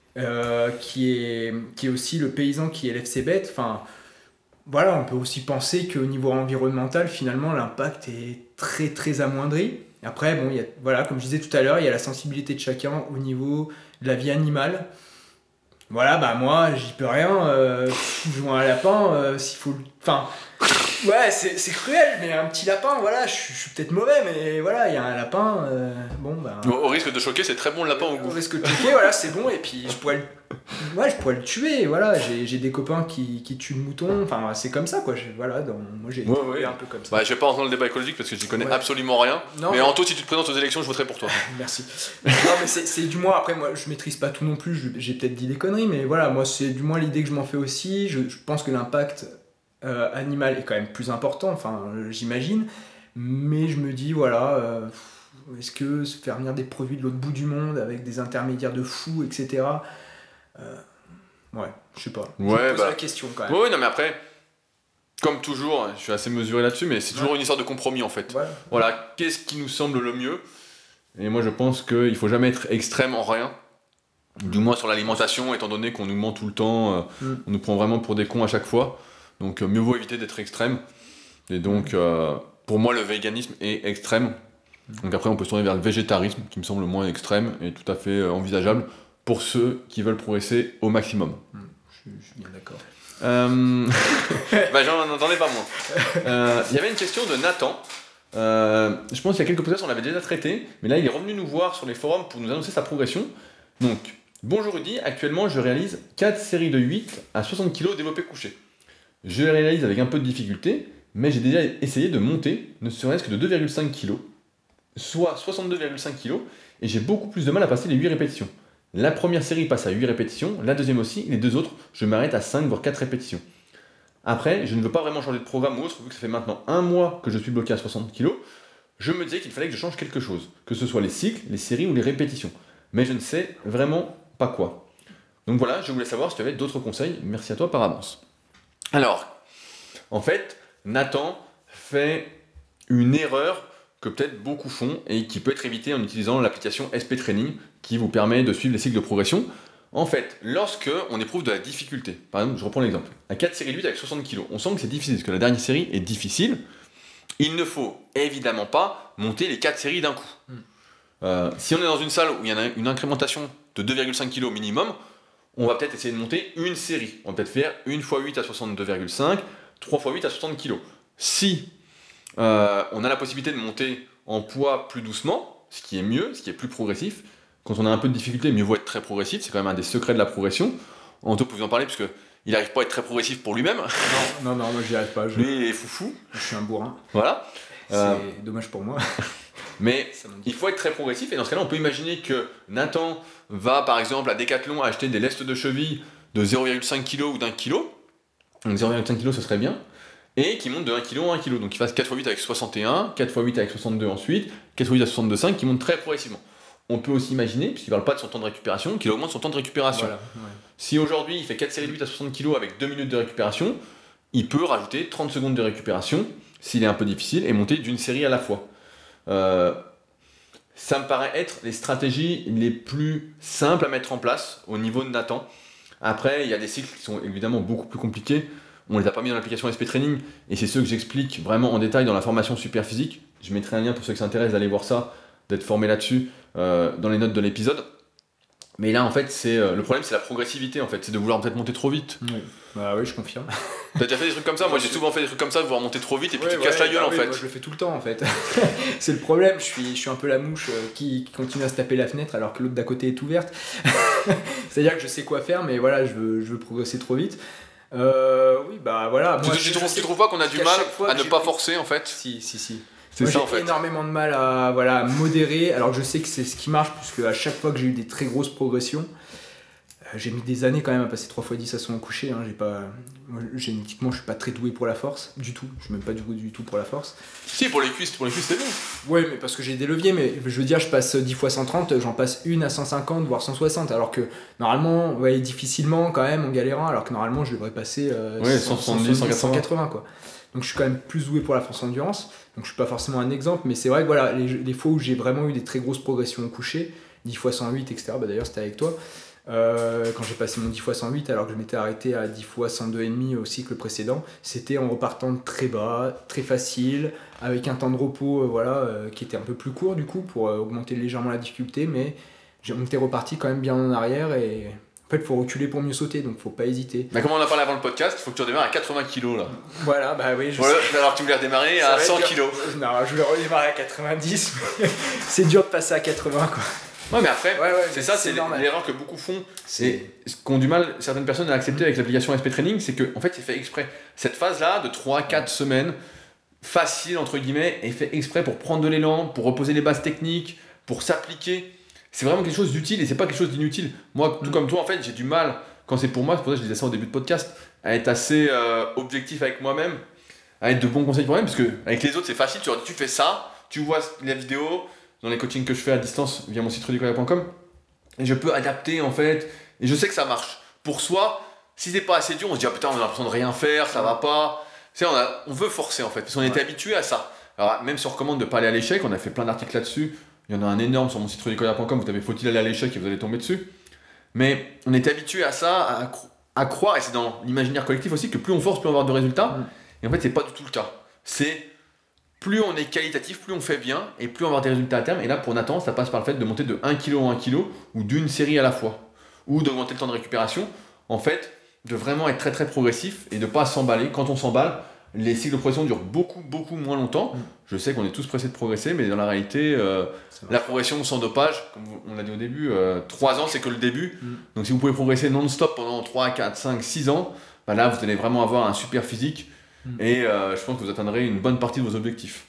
qui est aussi le paysan qui élève ses bêtes, enfin... Voilà, on peut aussi penser qu'au niveau environnemental, finalement, l'impact est très très amoindri. Après, bon, voilà, comme je disais tout à l'heure, il y a la sensibilité de chacun au niveau de la vie animale. Voilà, bah moi, j'y peux rien. Je vois un lapin, s'il faut... Enfin, ouais, c'est cruel, mais un petit lapin, voilà, je suis peut-être mauvais, mais voilà, il y a un lapin, bon, bah... Au risque de choquer, c'est très bon le lapin au goût. Au risque de choquer, voilà, c'est bon, et puis je pourrais le tuer, voilà, j'ai des copains qui tuent le mouton, enfin c'est comme ça quoi, moi j'ai été un peu comme ça. Bah, je vais pas rentrer dans le débat écologique parce que j'y connais absolument rien, mais Anto, si tu te présentes aux élections, je voterai pour toi. Merci. Non mais c'est du moins, après moi je maîtrise pas tout non plus, j'ai peut-être dit des conneries, mais voilà, moi c'est du moins l'idée que je m'en fais aussi, je pense que l'impact animal est quand même plus important, enfin j'imagine, mais je me dis voilà, est-ce que se faire venir des produits de l'autre bout du monde avec des intermédiaires de fous, etc., ouais, je sais pas. Je me pose la question quand même. Oui, non, mais après, comme toujours, je suis assez mesuré là-dessus, mais c'est toujours une histoire de compromis en fait. Ouais. Voilà, qu'est-ce qui nous semble le mieux? Et moi je pense qu'il faut jamais être extrême en rien, du moins sur l'alimentation, étant donné qu'on nous ment tout le temps, on nous prend vraiment pour des cons à chaque fois, donc mieux vaut éviter d'être extrême. Et donc pour moi le véganisme est extrême, donc après on peut se tourner vers le végétarisme qui me semble moins extrême et tout à fait envisageable pour ceux qui veulent progresser au maximum. Je suis bien d'accord. Bah j'en entendais pas moins. Il y avait une question de Nathan. Je pense qu'il y a quelques podcasts on l'avait déjà traité, mais là il est revenu nous voir sur les forums pour nous annoncer sa progression. Donc, bonjour Rudy, actuellement je réalise 4 séries de 8 à 60 kg développé couché. Je les réalise avec un peu de difficulté, mais j'ai déjà essayé de monter, ne serait-ce que de 2,5 kg, soit 62,5 kg, et j'ai beaucoup plus de mal à passer les 8 répétitions. La première série passe à 8 répétitions, la deuxième aussi, les deux autres, je m'arrête à 5 voire 4 répétitions. Après, je ne veux pas vraiment changer de programme ou autre, vu que ça fait maintenant un mois que je suis bloqué à 60 kg, je me disais qu'il fallait que je change quelque chose, que ce soit les cycles, les séries ou les répétitions. Mais je ne sais vraiment pas quoi. Donc voilà, je voulais savoir si tu avais d'autres conseils, merci à toi par avance. Alors, en fait, Nathan fait une erreur que peut-être beaucoup font et qui peut être évitée en utilisant l'application SP Training qui vous permet de suivre les cycles de progression. En fait, lorsque on éprouve de la difficulté, par exemple, je reprends l'exemple, à 4 séries de 8 avec 60 kg, on sent que c'est difficile, parce que la dernière série est difficile, il ne faut évidemment pas monter les 4 séries d'un coup. Si on est dans une salle où il y a une incrémentation de 2,5 kg minimum, on va peut-être essayer de monter une série. On va peut-être faire 1 x 8 à 62,5, 3 x 8 à 60 kg. Si on a la possibilité de monter en poids plus doucement, ce qui est mieux, ce qui est plus progressif, quand on a un peu de difficulté, mieux vaut être très progressif, c'est quand même un des secrets de la progression. Anto peut vous en parler, parce qu'il n'arrive pas à être très progressif pour lui-même. Non, moi j'y arrive pas. Lui, il est foufou. Je suis un bourrin. Voilà. C'est dommage pour moi. Mais il faut être très progressif, et dans ce cas-là, on peut imaginer que Nathan va, par exemple, à Decathlon acheter des lestes de cheville de 0,5 kg ou d'1 kg. Donc 0,5 kg, ce serait bien. Et qui monte de 1 kg à 1 kg. Donc il fasse 4 x 8 avec 61, 4 x 8 avec 62 ensuite, 4 x 8 à 62,5, qui monte très progressivement. On peut aussi imaginer, puisqu'il ne parle pas de son temps de récupération, qu'il augmente son temps de récupération. Voilà, ouais. Si aujourd'hui il fait 4 séries de 8 à 60 kg avec 2 minutes de récupération, il peut rajouter 30 secondes de récupération, s'il est un peu difficile, et monter d'une série à la fois. Ça me paraît être les stratégies les plus simples à mettre en place au niveau de Nathan. Après, il y a des cycles qui sont évidemment beaucoup plus compliqués. On ne les a pas mis dans l'application SP Training, et c'est ceux que j'explique vraiment en détail dans la formation Super Physique. Je mettrai un lien pour ceux qui s'intéressent d'aller voir ça, d'être formé là-dessus dans les notes de l'épisode. Mais là, en fait, le problème, c'est la progressivité, en fait. C'est de vouloir peut-être monter trop vite. Oui. Bah oui, je confirme. T'as déjà fait des trucs comme ça? Moi, j'ai souvent fait des trucs comme ça, de vouloir monter trop vite, et puis tu te casses la gueule, en fait. Moi, je le fais tout le temps, en fait. C'est le problème, je suis un peu la mouche qui continue à se taper la fenêtre alors que l'autre d'à côté est ouverte. C'est-à-dire que je sais quoi faire, mais voilà, je veux progresser trop vite. Oui, bah voilà. Moi, tu trouves pas qu'on a du mal à ne pas forcer, en fait? Si. C'est moi, ça, j'ai en fait. énormément de mal à modérer, alors que je sais que c'est ce qui marche, puisque à chaque fois que j'ai eu des très grosses progressions, j'ai mis des années quand même à passer 3 x 10 à son coucher. Hein. Moi, génétiquement, je suis pas très doué pour la force, du tout. Je suis même pas du tout pour la force. Si, pour les cuisses, c'est bon. Ouais, mais parce que j'ai des leviers, mais je veux dire, je passe 10 x 130, j'en passe une à 150, voire 160, alors que normalement, difficilement quand même en galérant, alors que normalement, je devrais passer 170, 180 quoi. Donc je suis quand même plus doué pour la force endurance, donc je suis pas forcément un exemple, mais c'est vrai que voilà, les fois où j'ai vraiment eu des très grosses progressions au coucher, 10 x 108, etc., bah d'ailleurs c'était avec toi, quand j'ai passé mon 10 x 108 alors que je m'étais arrêté à 10 x 102,5 au cycle précédent, c'était en repartant de très bas, très facile, avec un temps de repos qui était un peu plus court du coup pour augmenter légèrement la difficulté, mais on était reparti quand même bien en arrière et... En fait, il faut reculer pour mieux sauter, donc faut pas hésiter. Bah, comme on en a parlé avant le podcast, il faut que tu redémarres à 80 kg là. Voilà, bah oui, je sais. Alors tu voulais redémarrer à 100 kg. Non, je voulais redémarrer à 90, mais c'est dur de passer à 80 quoi. Ouais, mais après, c'est ça, c'est normal. l'erreur que beaucoup font. Et ce qu'ont du mal certaines personnes à accepter avec l'application SP Training, c'est qu'en fait, c'est fait exprès. Cette phase-là de 3-4 semaines, facile entre guillemets, est fait exprès pour prendre de l'élan, pour reposer les bases techniques, pour s'appliquer. C'est vraiment quelque chose d'utile et c'est pas quelque chose d'inutile. Moi, tout comme toi, en fait, j'ai du mal, quand c'est pour moi, c'est pour ça que je disais ça au début de podcast, à être assez objectif avec moi-même, à être de bons conseils pour moi-même, parce que avec les autres, c'est facile, tu fais ça, tu vois la vidéo dans les coachings que je fais à distance via mon site rudicoya.com, et je peux adapter en fait, et je sais que ça marche. Pour soi, si c'est pas assez dur, on se dit ah putain, on a l'impression de rien faire, ça va pas. On veut forcer en fait, parce qu'on était habitué à ça. Alors même si on recommande de ne pas aller à l'échec, on a fait plein d'articles là-dessus. Il y en a un énorme sur mon site rudicoya.com, vous tapez faut-il aller à l'échec et vous allez tomber dessus. Mais on était habitué à ça, à croire, et c'est dans l'imaginaire collectif aussi, que plus on force, plus on va avoir de résultats. Et en fait, c'est pas du tout le cas. C'est plus on est qualitatif, plus on fait bien, et plus on va avoir des résultats à terme. Et là, pour Nathan, ça passe par le fait de monter de 1 kg en 1 kg, ou d'une série à la fois, ou d'augmenter le temps de récupération. En fait, de vraiment être très très progressif et de pas s'emballer. Quand on s'emballe, les cycles de progression durent beaucoup moins longtemps. Je sais qu'on est tous pressés de progresser, mais dans la réalité, la progression sans dopage, comme on l'a dit au début, 3 ans c'est que le début. Donc si vous pouvez progresser non-stop pendant 3, 4, 5, 6 ans, bah là vous allez vraiment avoir un super physique et je pense que vous atteindrez une bonne partie de vos objectifs.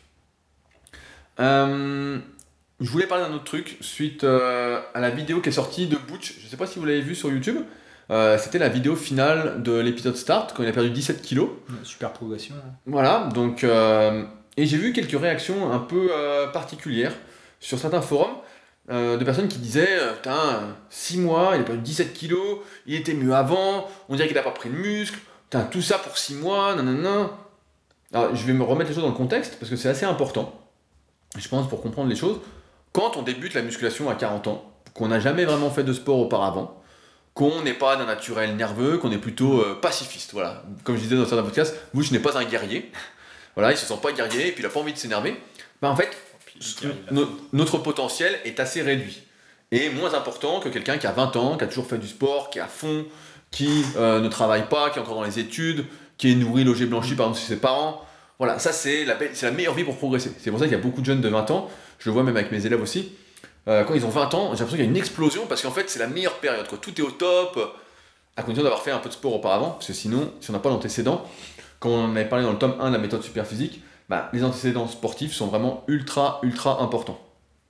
Je voulais parler d'un autre truc suite à la vidéo qui est sortie de Butch. Je ne sais pas si vous l'avez vu sur YouTube. C'était la vidéo finale de l'épisode Start quand il a perdu 17 kilos. Super progression. Voilà, donc et j'ai vu quelques réactions un peu particulières sur certains forums de personnes qui disaient putain, 6 mois, il a perdu 17 kilos, il était mieux avant, on dirait qu'il n'a pas pris de muscle, putain, tout ça pour 6 mois, nanana. Alors je vais me remettre les choses dans le contexte parce que c'est assez important, je pense, pour comprendre les choses. Quand on débute la musculation à 40 ans, qu'on n'a jamais vraiment fait de sport auparavant, qu'on n'est pas d'un naturel nerveux, qu'on est plutôt pacifiste, voilà. Comme je disais dans certains podcasts, Bush n'est pas un guerrier, voilà, il se sent pas guerrier et puis il a pas envie de s'énerver. En fait, notre potentiel est assez réduit et moins important que quelqu'un qui a 20 ans, qui a toujours fait du sport, qui est à fond, qui ne travaille pas, qui est encore dans les études, qui est nourri, logé, blanchi par ses parents. Voilà, ça c'est la meilleure vie pour progresser. C'est pour ça qu'il y a beaucoup de jeunes de 20 ans, je le vois même avec mes élèves aussi. Quand ils ont 20 ans, j'ai l'impression qu'il y a une explosion parce qu'en fait c'est la meilleure période, quoi. Tout est au top, à condition d'avoir fait un peu de sport auparavant, parce que sinon, si on n'a pas d'antécédents, comme on en avait parlé dans le tome 1 de la méthode Superphysique, les antécédents sportifs sont vraiment ultra importants.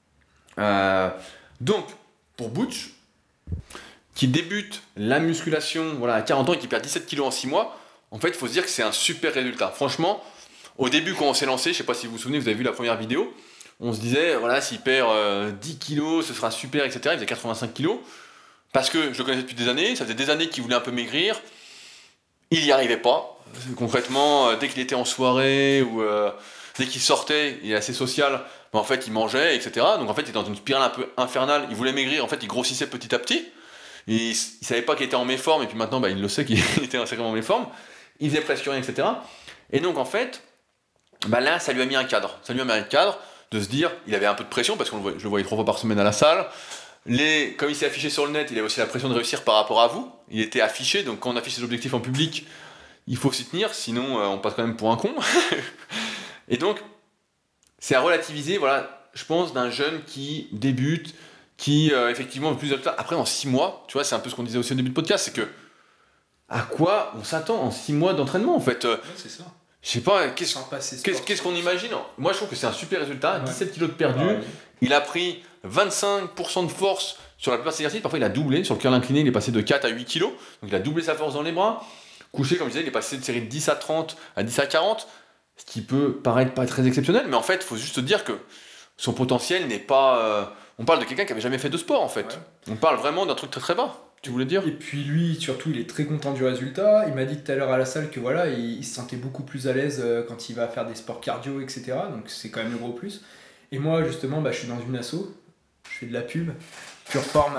Donc, pour Butch, qui débute la musculation voilà, à 40 ans et qui perd 17 kg en 6 mois, en fait il faut se dire que c'est un super résultat. Franchement, au début quand on s'est lancé, je ne sais pas si vous vous souvenez, vous avez vu la première vidéo, on se disait, voilà, s'il perd 10 kilos, ce sera super, etc. Il faisait 85 kilos. Parce que je le connaissais depuis des années, ça faisait des années qu'il voulait un peu maigrir. Il n'y arrivait pas. Concrètement, dès qu'il était en soirée ou dès qu'il sortait, il est assez social, mais en fait, il mangeait, etc. Donc en fait, il était dans une spirale un peu infernale. Il voulait maigrir, en fait, il grossissait petit à petit. Il savait pas qu'il était en méforme, et puis maintenant, il le sait qu'il était sacrément en méforme. Il faisait presque rien, etc. Et donc en fait, là, ça lui a mis un cadre. Ça lui a mis un cadre de se dire, il avait un peu de pression parce que je le voyais 3 fois par semaine à la salle. Comme il s'est affiché sur le net, il avait aussi la pression de réussir par rapport à vous. Il était affiché, donc quand on affiche ses objectifs en public, il faut s'y tenir, sinon on passe quand même pour un con. Et donc, c'est à relativiser, voilà, je pense, d'un jeune qui débute, qui effectivement veut plus de résultats. Après, en 6 mois, tu vois, c'est un peu ce qu'on disait aussi au début de podcast, c'est que à quoi on s'attend en 6 mois d'entraînement en fait c'est ça. Je sais pas, qu'est-ce qu'on imagine? Moi je trouve que c'est un super résultat, 17 kilos de perdu, il a pris 25% de force sur la plupart de ses exercices, parfois il a doublé, sur le curl incliné il est passé de 4 à 8 kilos, donc il a doublé sa force dans les bras, couché comme je disais il est passé de série de 10 à 30 à 10 à 40, ce qui peut paraître pas très exceptionnel, mais en fait il faut juste dire que son potentiel n'est pas... on parle de quelqu'un qui avait jamais fait de sport en fait, on parle vraiment d'un truc très très bas. Tu voulais dire? Et puis lui, surtout, il est très content du résultat. Il m'a dit tout à l'heure à la salle que voilà, il se sentait beaucoup plus à l'aise quand il va faire des sports cardio, etc. Donc c'est quand même le gros plus. Et moi, justement, je suis dans une asso, je fais de la pub. Pure forme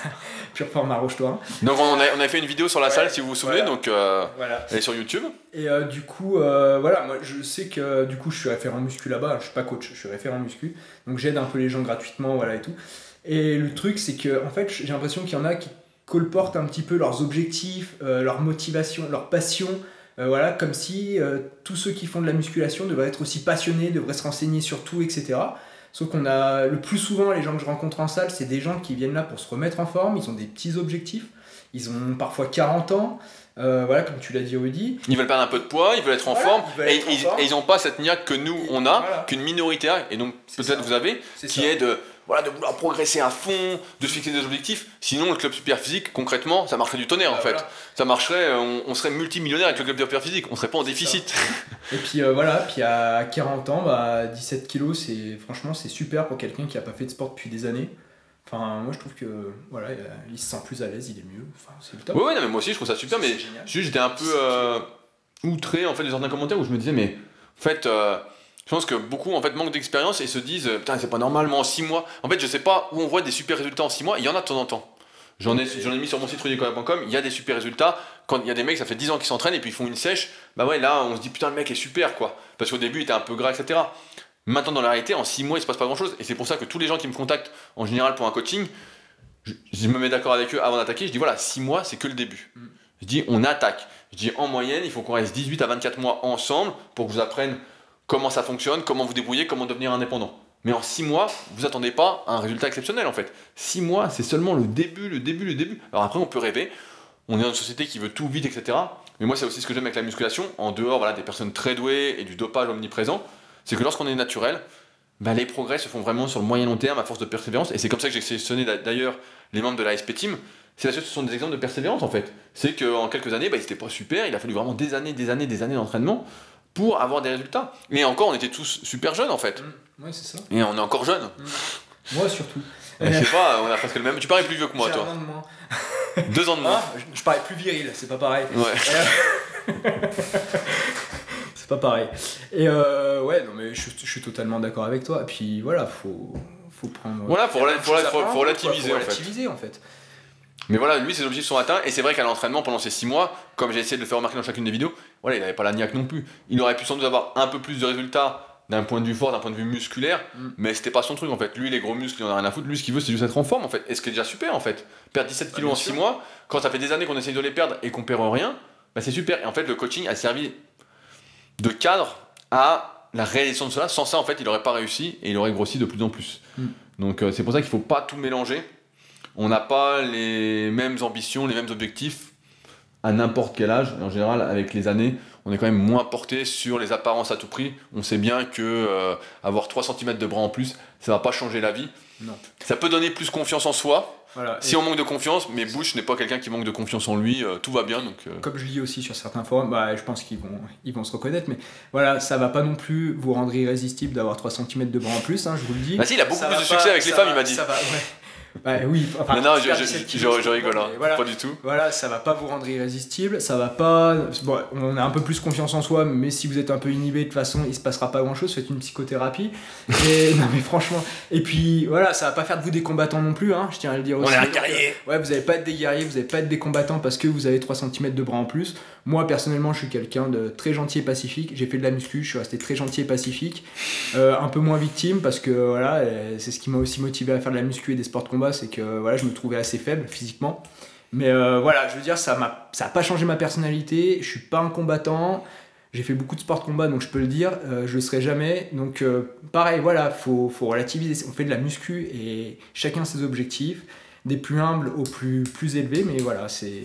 à Roche-Torin. Donc on a fait une vidéo sur la salle si vous vous souvenez, donc voilà. Elle est sur YouTube. Et du coup, moi je sais que du coup je suis référent muscu là-bas, je suis pas coach, je suis référent muscu, donc j'aide un peu les gens gratuitement, voilà et tout. Et le truc c'est que en fait j'ai l'impression qu'il y en a qui colportent un petit peu leurs objectifs, leur motivation, leur passion, voilà, comme si tous ceux qui font de la musculation devraient être aussi passionnés, devraient se renseigner sur tout, etc. Sauf qu'on a le plus souvent, les gens que je rencontre en salle, c'est des gens qui viennent là pour se remettre en forme, ils ont des petits objectifs, ils ont parfois 40 ans, voilà, comme tu l'as dit Rudy. Ils veulent perdre un peu de poids, ils veulent être en forme, et ils n'ont pas cette niaque que nous on a, qu'une minorité a, et donc peut-être vous avez, qui est de vouloir progresser à fond, de se fixer des objectifs. Sinon, le club Superphysique, concrètement, ça marcherait du tonnerre en fait. Voilà. Ça marcherait, on serait multimillionnaire avec le club Superphysique, on serait pas en déficit. Et puis puis à 40 ans, 17 kilos, franchement c'est super pour quelqu'un qui a pas fait de sport depuis des années. Enfin, moi je trouve que voilà, il se sent plus à l'aise, il est mieux. Enfin, c'est le top. Oui, mais moi aussi je trouve ça super, mais j'étais un peu outré en fait de certains commentaires où je me disais mais en fait je pense que beaucoup en fait manquent d'expérience et se disent putain c'est pas normal moi en 6 mois. En fait je sais pas où on voit des super résultats en 6 mois, il y en a de temps en temps. J'en ai mis sur mon site rudicoya.com, il y a des super résultats. Quand il y a des mecs, ça fait 10 ans qu'ils s'entraînent et puis ils font une sèche, bah ouais, là on se dit putain le mec est super quoi. Parce qu'au début il était un peu gras, etc. Maintenant dans la réalité, en 6 mois il se passe pas grand chose. Et c'est pour ça que tous les gens qui me contactent en général pour un coaching, je me mets d'accord avec eux avant d'attaquer, je dis voilà, 6 mois c'est que le début. Je dis on attaque. Je dis en moyenne, il faut qu'on reste 18 à 24 mois ensemble pour que je vous apprenne comment ça fonctionne, comment vous débrouiller, comment devenir indépendant. Mais en 6 mois, vous attendez pas à un résultat exceptionnel en fait. 6 mois, c'est seulement le début. Alors après, on peut rêver. On est dans une société qui veut tout vite, etc. Mais moi, c'est aussi ce que j'aime avec la musculation. En dehors voilà, des personnes très douées et du dopage omniprésent, c'est que lorsqu'on est naturel, bah, les progrès se font vraiment sur le moyen long terme à force de persévérance. Et c'est comme ça que j'ai sélectionné d'ailleurs les membres de la SP Team. Ce sont des exemples de persévérance en fait. C'est qu'en quelques années, bah, ils n'étaient pas super. Il a fallu vraiment des années d'entraînement pour avoir des résultats. Et encore, on était tous super jeunes en fait. Ouais, c'est ça. Et on est encore jeunes. Moi surtout. Je sais pas, on a presque le même. Tu parais plus vieux que moi, J'ai toi. 1 an de moins. 2 ans de moins. Je parais plus viril, c'est pas pareil. Ouais. C'est pas pareil. Et ouais, non mais je suis totalement d'accord avec toi. Et puis voilà, faut prendre. Voilà, faut relativiser, faut relativiser en fait. Mais voilà, lui, ses objectifs sont atteints. Et c'est vrai qu'à l'entraînement, pendant ces 6 mois, comme j'ai essayé de le faire remarquer dans chacune des vidéos, voilà, il n'avait pas la niaque non plus. Il aurait pu sans doute avoir un peu plus de résultats d'un point de vue fort, d'un point de vue musculaire, mais c'était pas son truc en fait. Lui, les gros muscles, il en a rien à foutre. Lui, ce qu'il veut, c'est juste être en forme en fait. Et ce qui est déjà super en fait. Perdre 17 kilos en 6 mois, quand ça fait des années qu'on essaye de les perdre et qu'on perd rien, bah c'est super. Et en fait, le coaching a servi de cadre à la réalisation de cela. Sans ça, en fait, il n'aurait pas réussi et il aurait grossi de plus en plus. Donc, c'est pour ça qu'il faut pas tout mélanger. On n'a pas les mêmes ambitions, les mêmes objectifs à n'importe quel âge. Et en général, avec les années, on est quand même moins porté sur les apparences à tout prix. On sait bien que avoir 3 cm de bras en plus, ça va pas changer la vie. Non. Ça peut donner plus confiance en soi. Voilà. Si on manque de confiance, mais Bush n'est pas quelqu'un qui manque de confiance en lui, tout va bien. Donc, Comme je lis aussi sur certains forums, bah, je pense qu'ils vont se reconnaître, mais voilà, ça va pas non plus vous rendre irrésistible d'avoir 3 cm de bras en plus, hein, je vous le dis. Bah si, il a beaucoup plus de succès avec les femmes, il m'a dit. Ça va, ouais. Bah oui, enfin, non, je rigole, hein. Voilà, pas du tout. Voilà, ça va pas vous rendre irrésistible, ça va pas. Bon, on a un peu plus confiance en soi, mais si vous êtes un peu inhibé, de toute façon, il se passera pas grand chose, faites une psychothérapie. Et non, mais franchement. Et puis voilà, ça va pas faire de vous des combattants non plus, hein, je tiens à le dire aussi. On est un guerrier. Ouais, vous allez pas être des guerriers, vous allez pas être des combattants parce que vous avez 3 cm de bras en plus. Moi, personnellement, je suis quelqu'un de très gentil et pacifique. J'ai fait de la muscu, je suis resté très gentil et pacifique. Un peu moins victime parce que voilà, c'est ce qui m'a aussi motivé à faire de la muscu et des sports de combat, c'est que voilà, je me trouvais assez faible physiquement. Mais voilà, je veux dire, ça a pas changé ma personnalité. Je suis pas un combattant. J'ai fait beaucoup de sports de combat, donc je peux le dire. Je le serai jamais. Donc pareil, voilà, faut relativiser. On fait de la muscu et chacun ses objectifs, des plus humbles aux plus élevés. Mais voilà, c'est.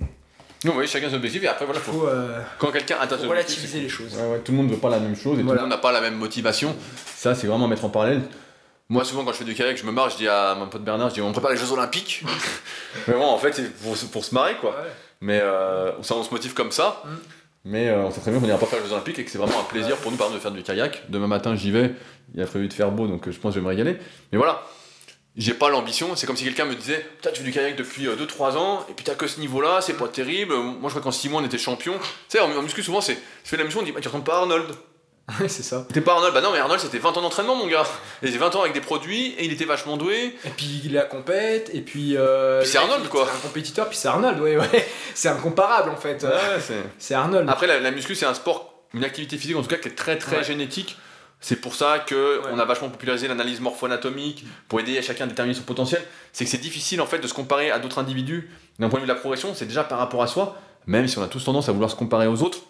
Non, oui, chacun ses objectifs et après voilà, faut quand quelqu'un atteint ses objectifs, relativiser les choses. Ouais, tout le monde ne veut pas la même chose et tout le monde n'a pas la même motivation. Ça, c'est vraiment à mettre en parallèle. Moi, souvent, quand je fais du kayak, je me marre, je dis à mon pote Bernard, je dis on prépare les Jeux Olympiques. Mais bon, en fait, c'est pour se marrer quoi. Ouais. Mais ça, on se motive comme ça. Mais on sait très bien qu'on n'ira pas faire les Jeux Olympiques et que c'est vraiment un plaisir pour nous, par exemple, de faire du kayak. Demain matin, j'y vais. Il a prévu de faire beau, donc je pense que je vais me régaler. Mais voilà. J'ai pas l'ambition, c'est comme si quelqu'un me disait putain, tu fais du kayak depuis 2-3 ans et puis t'as que ce niveau là, c'est pas terrible. Moi je crois qu'en 6 mois on était champion. Tu sais, en muscu souvent, je fais la mission, on dit bah, tu ressembles pas à Arnold. Ouais, c'est ça. T'es pas Arnold, bah non, mais Arnold c'était 20 ans d'entraînement, mon gars. Il était 20 ans avec des produits et il était vachement doué. Et puis il est à compète, et puis. Puis c'est Arnold quoi. C'est un compétiteur, puis c'est Arnold, ouais. C'est incomparable en fait. Ouais, c'est Arnold. Après, la muscu c'est un sport, une activité physique en tout cas qui est très très génétique. C'est pour ça qu'on a vachement popularisé l'analyse morpho-anatomique pour aider à chacun à déterminer son potentiel. C'est que c'est difficile en fait de se comparer à d'autres individus d'un point de vue de la progression, c'est déjà par rapport à soi, même si on a tous tendance à vouloir se comparer aux autres.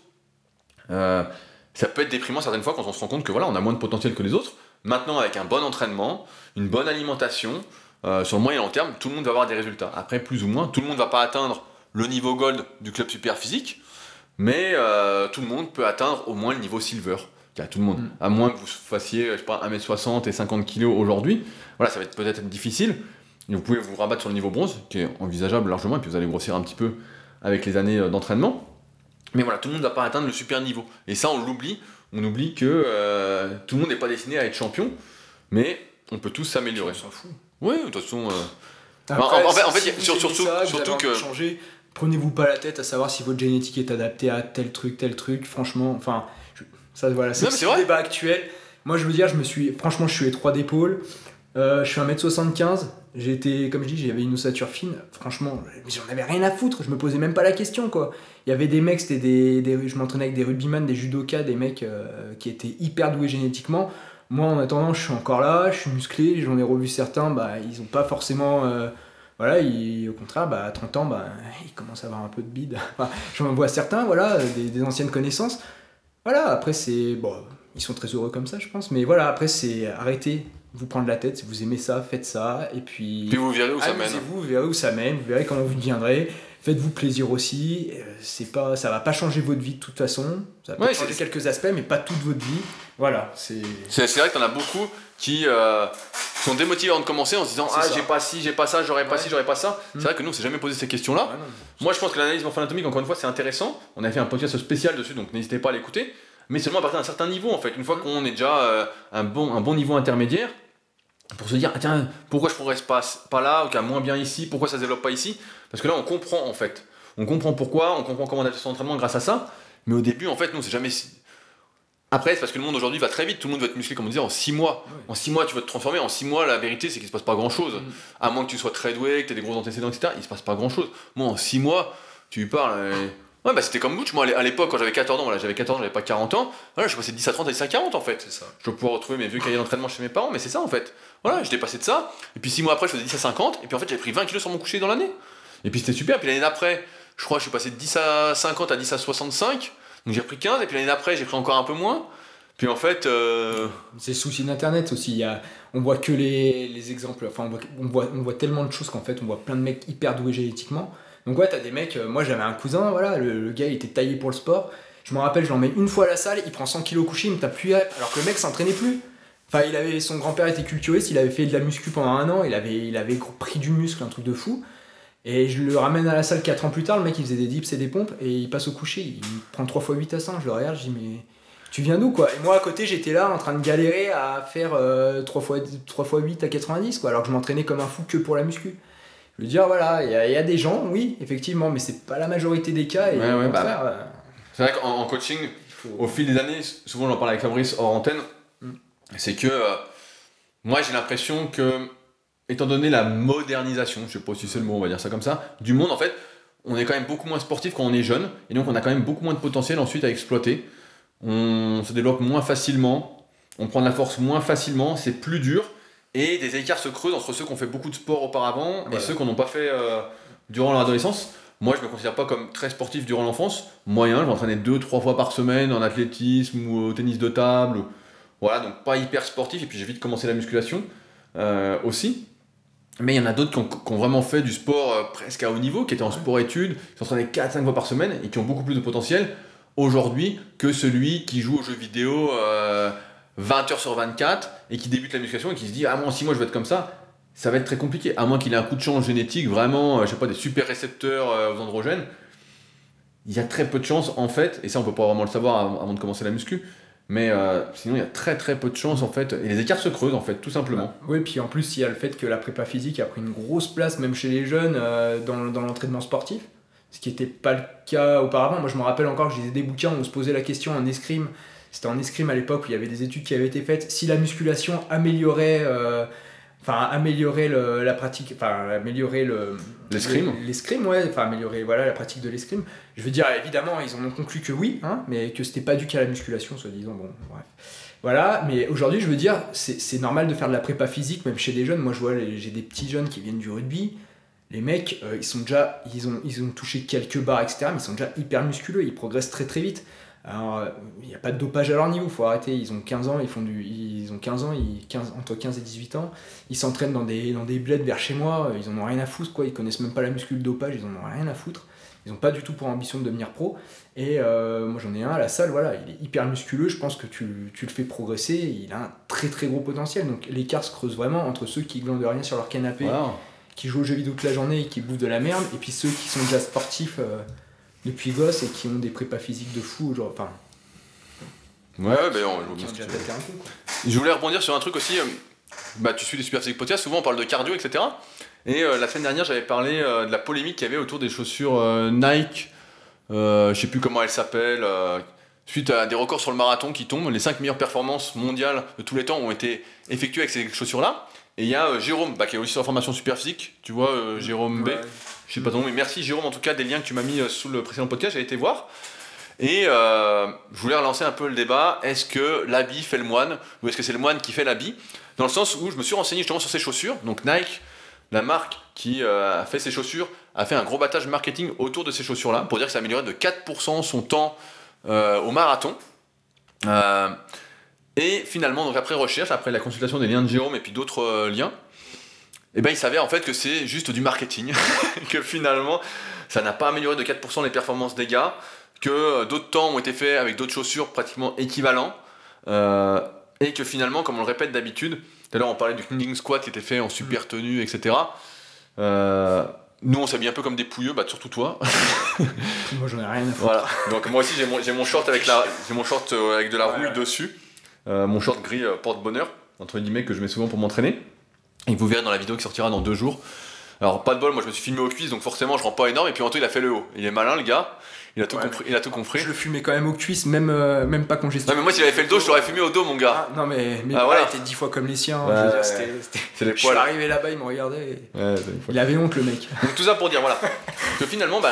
Ça peut être déprimant certaines fois quand on se rend compte que voilà, on a moins de potentiel que les autres. Maintenant, avec un bon entraînement, une bonne alimentation, sur le moyen et long terme, tout le monde va avoir des résultats. Après, plus ou moins, tout le monde ne va pas atteindre le niveau gold du club super physique, mais tout le monde peut atteindre au moins le niveau silver. À tout le monde, à moins que vous fassiez, je sais pas, 1m60 et 50 kg aujourd'hui. Voilà, ça va peut-être difficile. Et vous pouvez vous rabattre sur le niveau bronze, qui est envisageable largement, et puis vous allez grossir un petit peu avec les années d'entraînement. Mais voilà, tout le monde ne va pas atteindre le super niveau. Et ça, on l'oublie. On oublie que tout le monde n'est pas destiné à être champion, mais on peut tous s'améliorer. On s'en fout. Oui, de toute façon. Après, en fait, surtout que. Changer, prenez-vous pas la tête à savoir si votre génétique est adaptée à tel truc, franchement, enfin, ça voilà, c'est le débat actuel. Moi je veux dire, franchement je suis étroit d'épaule, je suis 1m75, comme je dis, j'avais une ossature fine, franchement, j'en avais rien à foutre, je me posais même pas la question quoi. Il y avait des mecs, je m'entraînais avec des rugbyman, des judokas, des mecs qui étaient hyper doués génétiquement. Moi en attendant, je suis encore là, je suis musclé, j'en ai revu certains, ils ont pas forcément... Voilà, au contraire, à 30 ans, ils commencent à avoir un peu de bide. Enfin, j'en vois certains, voilà, des anciennes connaissances. Voilà, après, bon, ils sont très heureux comme ça, je pense. Mais voilà, après, c'est arrêtez de vous prendre la tête. Si vous aimez ça, faites ça. Et puis vous verrez où ça mène. Vous verrez où ça mène, vous verrez comment vous deviendrez. Faites-vous plaisir aussi. Ça va pas changer votre vie de toute façon. Ça va changer quelques aspects, mais pas toute votre vie. Voilà, c'est vrai que t'en as beaucoup qui sont démotivés avant de commencer en se disant j'ai pas ci, j'ai pas ça, j'aurais pas ci, j'aurais pas ça. C'est vrai que nous on s'est jamais posé ces questions-là. Moi je pense que l'analyse morpho-anatomique, encore une fois, c'est intéressant. On a fait un podcast spécial dessus, donc n'hésitez pas à l'écouter. Mais seulement à partir d'un certain niveau en fait. Une fois qu'on est déjà un bon niveau intermédiaire, pour se dire tiens, pourquoi je progresse pas là, ou moins bien ici, pourquoi ça se développe pas ici. Parce que là on comprend en fait. On comprend pourquoi, on comprend comment adapter son entraînement grâce à ça. Mais au début en fait, nous c'est jamais. Après, c'est parce que le monde aujourd'hui va très vite, tout le monde va être musclé, comme on disait, en 6 mois. Ouais. En 6 mois, tu vas te transformer. En 6 mois, la vérité, c'est qu'il se passe pas grand chose. À moins que tu sois très doué, que tu aies des gros antécédents, etc., il se passe pas grand chose. Moi, en 6 mois, tu lui parles. Ouais, c'était comme Butch. Moi, à l'époque, quand j'avais 14 ans, j'avais 14 ans, j'avais pas 40 ans. Voilà, je passais de 10 à 30 à 10 à 40 en fait. C'est ça. Je vais pouvoir retrouver mes vieux cahiers d'entraînement chez mes parents, mais c'est ça en fait. Voilà, j'étais passé de ça. Et puis 6 mois après, je faisais 10 à 50. Et puis en fait, j'avais pris 20 kilos sur mon coucher dans l'année. Et puis c'était super. Et puis l'année d'après, je crois que je suis passé de 10 à 50 à 10 à 65. Donc j'ai repris 15. Et puis l'année d'après, j'ai pris encore un peu moins. Puis en fait... C'est le souci d'internet aussi, on voit que les exemples, enfin on voit tellement de choses qu'en fait on voit plein de mecs hyper doués génétiquement. Donc ouais, t'as des mecs, moi j'avais un cousin, voilà, le gars il était taillé pour le sport, je me rappelle, je l'emmène une fois à la salle, il prend 100 kilos couché, il me tape plus alors que le mec s'entraînait plus. Enfin, son grand-père était culturiste, il avait fait de la muscu pendant 1 an, il avait pris du muscle, un truc de fou. Et je le ramène à la salle 4 ans plus tard, le mec il faisait des dips et des pompes, et il passe au coucher, il me prend 3 x 8 à 100, je le regarde, je dis mais... Tu viens d'où quoi? Et moi à côté j'étais là en train de galérer à faire 3 x 8 à 90 quoi, alors que je m'entraînais comme un fou que pour la muscu. Je veux dire voilà, il y a des gens, oui effectivement, mais c'est pas la majorité des cas. Et au contraire, c'est vrai qu'en coaching, au fil des années, souvent j'en parle avec Fabrice hors antenne, c'est que moi j'ai l'impression que, étant donné la modernisation, je sais pas si c'est le mot, on va dire ça comme ça, du monde en fait, on est quand même beaucoup moins sportif quand on est jeune, et donc on a quand même beaucoup moins de potentiel ensuite à exploiter. On se développe moins facilement, on prend de la force moins facilement, c'est plus dur, et des écarts se creusent entre ceux qui ont fait beaucoup de sport auparavant et ceux qui n'ont pas fait durant leur adolescence. Moi je me considère pas comme très sportif durant l'enfance, moyen, je m'entraînais 2-3 fois par semaine en athlétisme ou au tennis de table, voilà, donc pas hyper sportif, et puis j'ai vite commencé la musculation aussi. Mais il y en a d'autres qui ont vraiment fait du sport presque à haut niveau, qui étaient en sport-études, qui s'entraînaient 4-5 fois par semaine et qui ont beaucoup plus de potentiel aujourd'hui que celui qui joue aux jeux vidéo 20 heures sur 24 et qui débute la musculation et qui se dit moi en 6 mois je vais être comme ça va être très compliqué, à moins qu'il ait un coup de chance génétique, vraiment je sais pas, des super récepteurs aux androgènes. Il y a très peu de chances en fait, et ça on peut pas vraiment le savoir avant de commencer la muscu, mais sinon il y a très très peu de chances en fait, et les écarts se creusent en fait, tout simplement. Oui, puis en plus il y a le fait que la prépa physique a pris une grosse place même chez les jeunes dans l'entraînement sportif, ce qui n'était pas le cas auparavant. Moi je me rappelle encore que je lisais des bouquins où on se posait la question en escrime, c'était en escrime à l'époque où il y avait des études qui avaient été faites, si la musculation améliorait la pratique, améliorer l'escrime, ouais, améliorer la pratique de l'escrime. Je veux dire, évidemment ils en ont conclu que oui, mais que c'était pas dû qu'à la musculation, soi-disant, bon bref. Voilà, mais aujourd'hui je veux dire, c'est normal de faire de la prépa physique même chez des jeunes. Moi je vois, j'ai des petits jeunes qui viennent du rugby. Les mecs, ils ont touché quelques barres, etc., mais ils sont déjà hyper musculeux, ils progressent très très vite. Alors, il n'y a pas de dopage à leur niveau, il faut arrêter. Ils ont 15 ans, entre 15 et 18 ans, ils s'entraînent dans des bleds vers chez moi, ils en ont rien à foutre, quoi. Ils connaissent même pas la muscu, le dopage, ils en ont rien à foutre. Ils n'ont pas du tout pour ambition de devenir pro. Et moi j'en ai un à la salle, voilà, il est hyper musculeux, je pense que tu le fais progresser, il a un très très gros potentiel. Donc l'écart se creuse vraiment entre ceux qui glandent rien sur leur canapé. Wow. Qui jouent aux jeux vidéo toute la journée et qui bouffent de la merde, et puis ceux qui sont déjà sportifs depuis gosse et qui ont des prépas physiques de fou, genre, enfin... Je voulais rebondir sur un truc aussi, tu suis les Super Physique Podcast, souvent on parle de cardio, etc. Et la semaine dernière, j'avais parlé de la polémique qu'il y avait autour des chaussures Nike. Je sais plus comment elles s'appellent. Suite à des records sur le marathon qui tombent, les 5 meilleures performances mondiales de tous les temps ont été effectuées avec ces chaussures-là. Et il y a Jérôme, qui est aussi sur la formation super physique. Tu vois, Jérôme B. Ouais. Je sais pas ton nom, mais merci Jérôme en tout cas des liens que tu m'as mis sous le précédent podcast. J'ai été voir. Et je voulais relancer un peu le débat. Est-ce que l'habit fait le moine ou est-ce que c'est le moine qui fait l'habit? Dans le sens où je me suis renseigné justement sur ces chaussures. Donc Nike, la marque qui a fait ces chaussures, a fait un gros battage marketing autour de ces chaussures-là pour dire que ça améliorait de 4% son temps au marathon. Et finalement, donc après recherche, après la consultation des liens de Jérôme et puis d'autres liens, et ben il s'avère en fait que c'est juste du marketing, que finalement ça n'a pas amélioré de 4% les performances des gars, que d'autres temps ont été faits avec d'autres chaussures pratiquement équivalents, et que finalement, comme on le répète d'habitude, tout à l'heure on parlait du cleaning squat qui était fait en super tenue, etc. Nous on s'habille un peu comme des pouilleux, surtout toi. Moi j'en ai rien à foutre. Voilà. Donc moi aussi j'ai mon short avec avec de la rouille dessus, mon short gris porte-bonheur entre guillemets que je mets souvent pour m'entraîner. Et vous verrez dans la vidéo qui sortira dans 2 jours. Alors pas de bol, moi je me suis filmé aux cuisses donc forcément je rends pas énorme et puis Anto il a fait le haut. Il est malin le gars, il a tout compris. Je le fumais quand même aux cuisses, même pas congestionné. Non mais moi s'il avait fait le dos je l'aurais fumé au dos mon gars. Ah, non mais mes Ah, bras voilà. étaient 10 fois comme les siens. Ouais, Je veux dire, ouais. c'était- C'est les Je suis poils. arrivé là-bas, il me regardait. Ouais, Il avait honte le mec. Donc tout ça pour dire voilà que finalement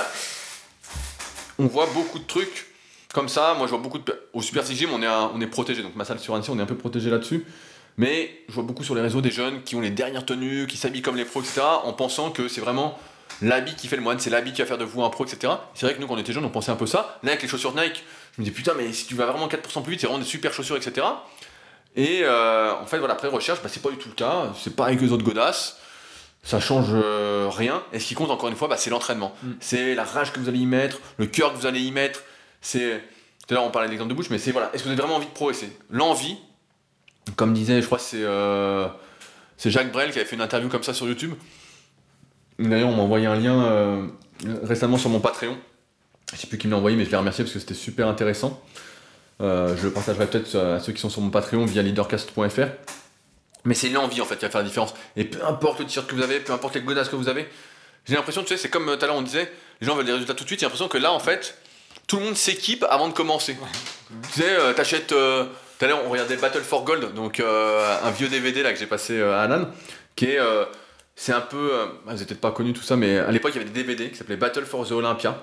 on voit beaucoup de trucs comme ça. Moi je vois beaucoup au Super Six Gym on est protégé, donc ma salle sur Annecy on est un peu protégé là-dessus. Mais je vois beaucoup sur les réseaux des jeunes qui ont les dernières tenues, qui s'habillent comme les pros, etc. en pensant que c'est vraiment l'habit qui fait le moine, c'est l'habit qui va faire de vous un pro, etc. C'est vrai que nous quand on était jeunes on pensait un peu ça. Là avec les chaussures Nike, je me dis putain mais si tu vas vraiment 4% plus vite, c'est vraiment des super chaussures, etc. Et en fait voilà, après recherche, c'est pas du tout le cas, c'est pareil que les autres godasses. Ça change rien. Et ce qui compte encore une fois, c'est l'entraînement. C'est la rage que vous allez y mettre, le cœur que vous allez y mettre. C'est. Tout à l'heure on parlait de l'exemple de Bush, mais c'est voilà. Est-ce que vous avez vraiment envie de progresser? L'envie, comme disait, je crois que c'est Jacques Brel qui avait fait une interview comme ça sur YouTube. D'ailleurs, on m'a envoyé un lien récemment sur mon Patreon. Je sais plus qui me l'a envoyé, mais je l'ai remercié parce que c'était super intéressant. Je le partagerai peut-être à ceux qui sont sur mon Patreon via leadercast.fr. Mais c'est l'envie en fait qui va faire la différence. Et peu importe le t-shirt que vous avez, peu importe les godasses que vous avez, j'ai l'impression, tu sais, c'est comme tout à l'heure on disait, les gens veulent des résultats tout de suite. J'ai l'impression que là en fait, tout le monde s'équipe avant de commencer. Tu sais, t'achètes. Tout à l'heure on regardait Battle for Gold, donc un vieux DVD là que j'ai passé à Alan, qui est. C'est un peu. Vous n'avez peut-être pas connu tout ça, mais à l'époque il y avait des DVD qui s'appelaient Battle for the Olympia,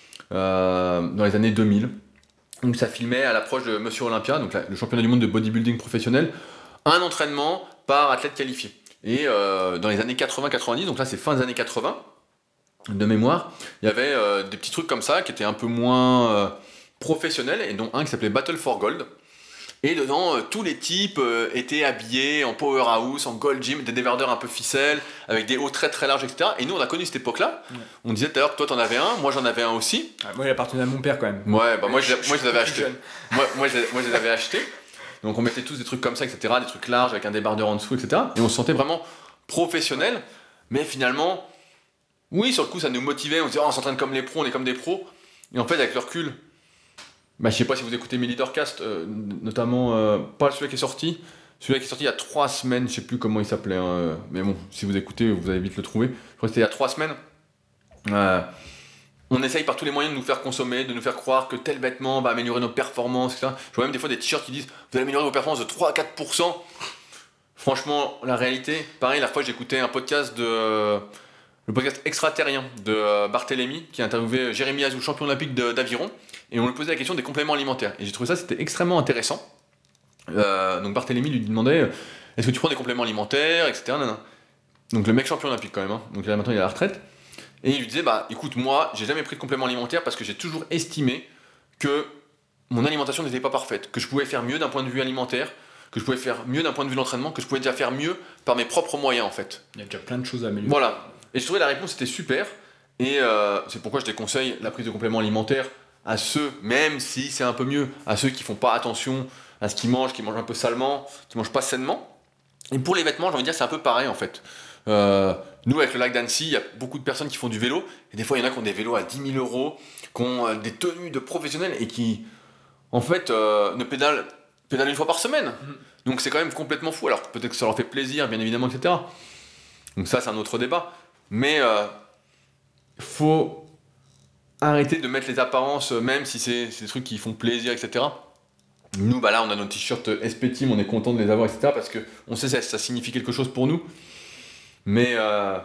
dans les années 2000. Donc ça filmait à l'approche de Monsieur Olympia, donc le championnat du monde de bodybuilding professionnel, un entraînement par athlète qualifié. Et dans les années 80-90, donc là c'est fin des années 80, de mémoire, il y avait des petits trucs comme ça qui étaient un peu moins professionnels, et dont un qui s'appelait Battle for Gold. Et dedans, tous les types étaient habillés en powerhouse, en gold gym, des débardeurs un peu ficelle, avec des hauts très très larges, etc. Et nous on a connu cette époque-là. Ouais. On disait tout à l'heure que toi t'en avais un, moi j'en avais un aussi. Moi il appartenait à mon père quand même. Ouais, moi je les avais achetés. Moi je les avais achetés. Donc on mettait tous des trucs comme ça, etc. Des trucs larges avec un débardeur en dessous, etc. Et on se sentait vraiment professionnel. Mais finalement, oui, sur le coup ça nous motivait. On se disait, oh, on s'entraîne comme les pros, on est comme des pros. Et en fait, avec le recul, je sais pas si vous écoutez mes leadercasts, notamment pas celui qui est sorti. Celui qui est sorti il y a 3 semaines, je sais plus comment il s'appelait. Mais bon, si vous écoutez, vous allez vite le trouver. Je crois que c'était il y a 3 semaines. On essaye par tous les moyens de nous faire consommer, de nous faire croire que tel vêtement va améliorer nos performances, etc. Je vois même des fois des t-shirts qui disent vous allez améliorer vos performances de 3 à 4%. Franchement, la réalité, pareil, la fois j'écoutais un podcast le podcast Extraterrien de Barthélémy qui a interviewé Jérémy Azou, champion olympique d'aviron, et on lui posait la question des compléments alimentaires. Et j'ai trouvé ça, c'était extrêmement intéressant. Donc Barthélémy lui demandait est-ce que tu prends des compléments alimentaires, etc. Donc le mec champion olympique quand même, hein. Donc là maintenant il est à la retraite. Et il lui disait, écoute, moi, j'ai jamais pris de complément alimentaire parce que j'ai toujours estimé que mon alimentation n'était pas parfaite, que je pouvais faire mieux d'un point de vue alimentaire, que je pouvais faire mieux d'un point de vue d'entraînement, que je pouvais déjà faire mieux par mes propres moyens, en fait. Il y a déjà plein de choses à améliorer. Voilà. Et je trouvais la réponse était super. Et c'est pourquoi je déconseille la prise de compléments alimentaires à ceux, même si c'est un peu mieux, à ceux qui font pas attention à ce qu'ils mangent, qui mangent un peu salement, qui mangent pas sainement. Et pour les vêtements, j'ai envie de dire, c'est un peu pareil, en fait. Nous, avec le lac d'Annecy, il y a beaucoup de personnes qui font du vélo, et des fois, il y en a qui ont des vélos à 10 000 €, qui ont des tenues de professionnels, et qui, en fait, ne pédalent une fois par semaine. Donc c'est quand même complètement fou. Alors peut-être que ça leur fait plaisir, bien évidemment, etc. Donc ça, c'est un autre débat. Mais faut arrêter de mettre les apparences, même si c'est des trucs qui font plaisir, etc. Nous, bah là, on a nos t-shirts SP Team, on est content de les avoir, etc. Parce qu'on sait que ça signifie quelque chose pour nous. Mais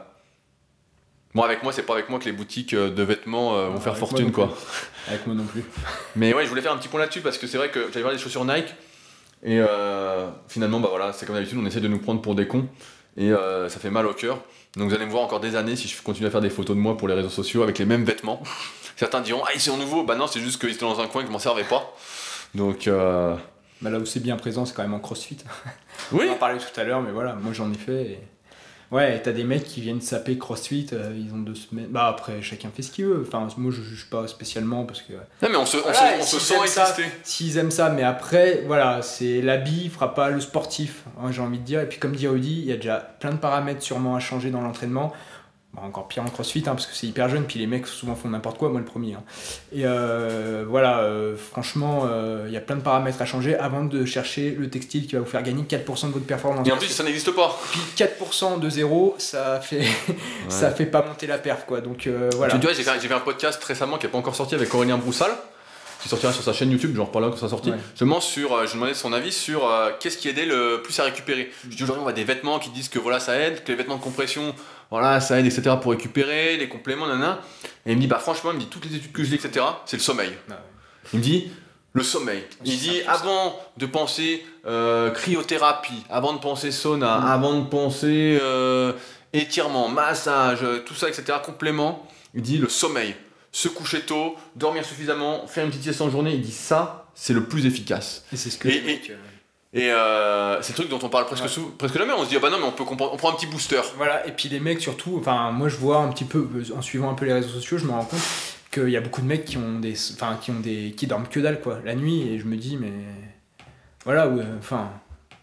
bon, avec moi, c'est pas avec moi que les boutiques de vêtements vont faire fortune, quoi. Avec moi non plus. Mais ouais, je voulais faire un petit point là-dessus parce que c'est vrai que j'avais voir des chaussures Nike et finalement, bah voilà, c'est comme d'habitude, on essaie de nous prendre pour des cons et ça fait mal au cœur. Donc vous allez me voir encore des années si je continue à faire des photos de moi pour les réseaux sociaux avec les mêmes vêtements. Certains diront, ah, ils sont nouveaux. Bah non, c'est juste qu'ils étaient dans un coin et que je m'en servais pas. Donc. Bah là où c'est bien présent, c'est quand même en crossfit. Oui. On en parlait tout à l'heure, mais voilà, moi j'en ai fait. Et... Ouais, t'as des mecs qui viennent saper crossfit, ils ont 2 semaines. Bah après, chacun fait ce qu'il veut. Enfin, moi je juge pas spécialement parce que. Non, mais on se sent exister. S'ils aiment ça, mais après, voilà, c'est l'habit fera pas le sportif, hein, j'ai envie de dire. Et puis comme dit Rudy, il y a déjà plein de paramètres sûrement à changer dans l'entraînement. Bon, encore pire en crossfit, hein, parce que c'est hyper jeune, puis les mecs souvent font n'importe quoi, moi le premier. Hein. Et voilà, franchement, il y a plein de paramètres à changer avant de chercher le textile qui va vous faire gagner 4% de votre performance. Et en plus, ça n'existe pas. Puis 4% de zéro, ça fait, ça fait pas monter la perf, quoi. Donc voilà. Tu vois, j'ai fait un podcast récemment qui n'est pas encore sorti avec Aurélien Broussal, qui sortira sur sa chaîne YouTube, j'en reparlerai quand ça sera sorti. Ouais. Je lui demandais son avis sur qu'est-ce qui aidait le plus à récupérer. Je dis aujourd'hui, on voit des vêtements qui disent que voilà, ça aide, que les vêtements de compression, voilà, ça aide, etc. pour récupérer, les compléments, nanana. Et il me dit, bah franchement, toutes les études que je lis, etc., c'est le sommeil. Ah ouais. Il me dit, le sommeil. Il dit, avant de penser cryothérapie, avant de penser sauna, avant de penser étirement, massage, tout ça, etc., complément, il dit le sommeil. Se coucher tôt, dormir suffisamment, faire une petite sieste en journée, il dit ça, c'est le plus efficace. Et c'est ce que c'est le truc dont on parle presque jamais. On se dit, ah bah non, mais on prend un petit booster. Voilà, et puis les mecs surtout, enfin, moi je vois un petit peu, en suivant un peu les réseaux sociaux, je me rends compte qu'il y a beaucoup de mecs qui dorment que dalle, quoi, la nuit, et je me dis, mais. Voilà, enfin.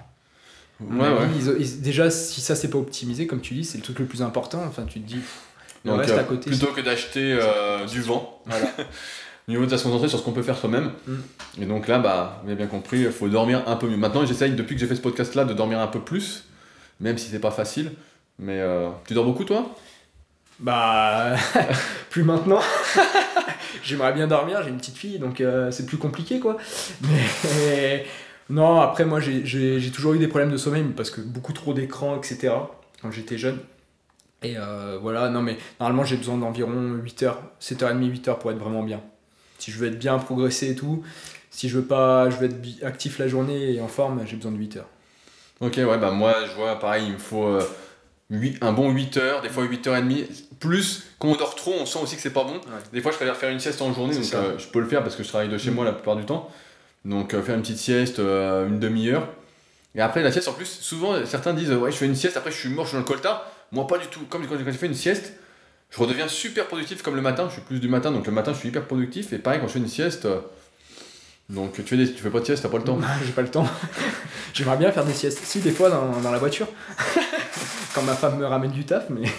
Déjà, si ça c'est pas optimisé, comme tu dis, c'est le truc le plus important, enfin, tu te dis. Donc, reste à côté, plutôt que d'acheter du vent, voilà. Mieux vaut de se concentrer sur ce qu'on peut faire soi-même. Et donc là, bah, vous avez bien compris, il faut dormir un peu mieux. Maintenant, j'essaye, depuis que j'ai fait ce podcast-là, de dormir un peu plus, même si c'est pas facile. Mais tu dors beaucoup, toi ? Bah, plus maintenant. J'aimerais bien dormir, j'ai une petite fille, donc c'est plus compliqué, quoi. Mais non, après, moi, j'ai toujours eu des problèmes de sommeil, parce que beaucoup trop d'écran, etc., quand j'étais jeune. Et voilà, non mais normalement j'ai besoin d'environ 8h, 7h30, 8h pour être vraiment bien. Si je veux être bien, progresser et tout, si je veux être actif la journée et en forme, j'ai besoin de 8h. Ok, ouais, bah moi je vois pareil, il me faut un bon 8h, des fois 8h30. Plus, quand on dort trop, on sent aussi que c'est pas bon. Ouais. Des fois je préfère faire une sieste en journée, donc je peux le faire parce que je travaille de chez moi la plupart du temps. Donc faire une petite sieste, une demi-heure. Et après la sieste en plus, souvent certains disent ouais je fais une sieste, après je suis mort, je suis dans le coltard. Moi pas du tout, comme quand j'ai fait une sieste, je redeviens super productif comme le matin, je suis plus du matin, donc le matin je suis hyper productif, et pareil quand je fais une sieste, donc tu fais pas de sieste, t'as pas le temps. J'ai pas le temps, j'aimerais bien faire des siestes, si des fois dans la voiture, quand ma femme me ramène du taf, mais...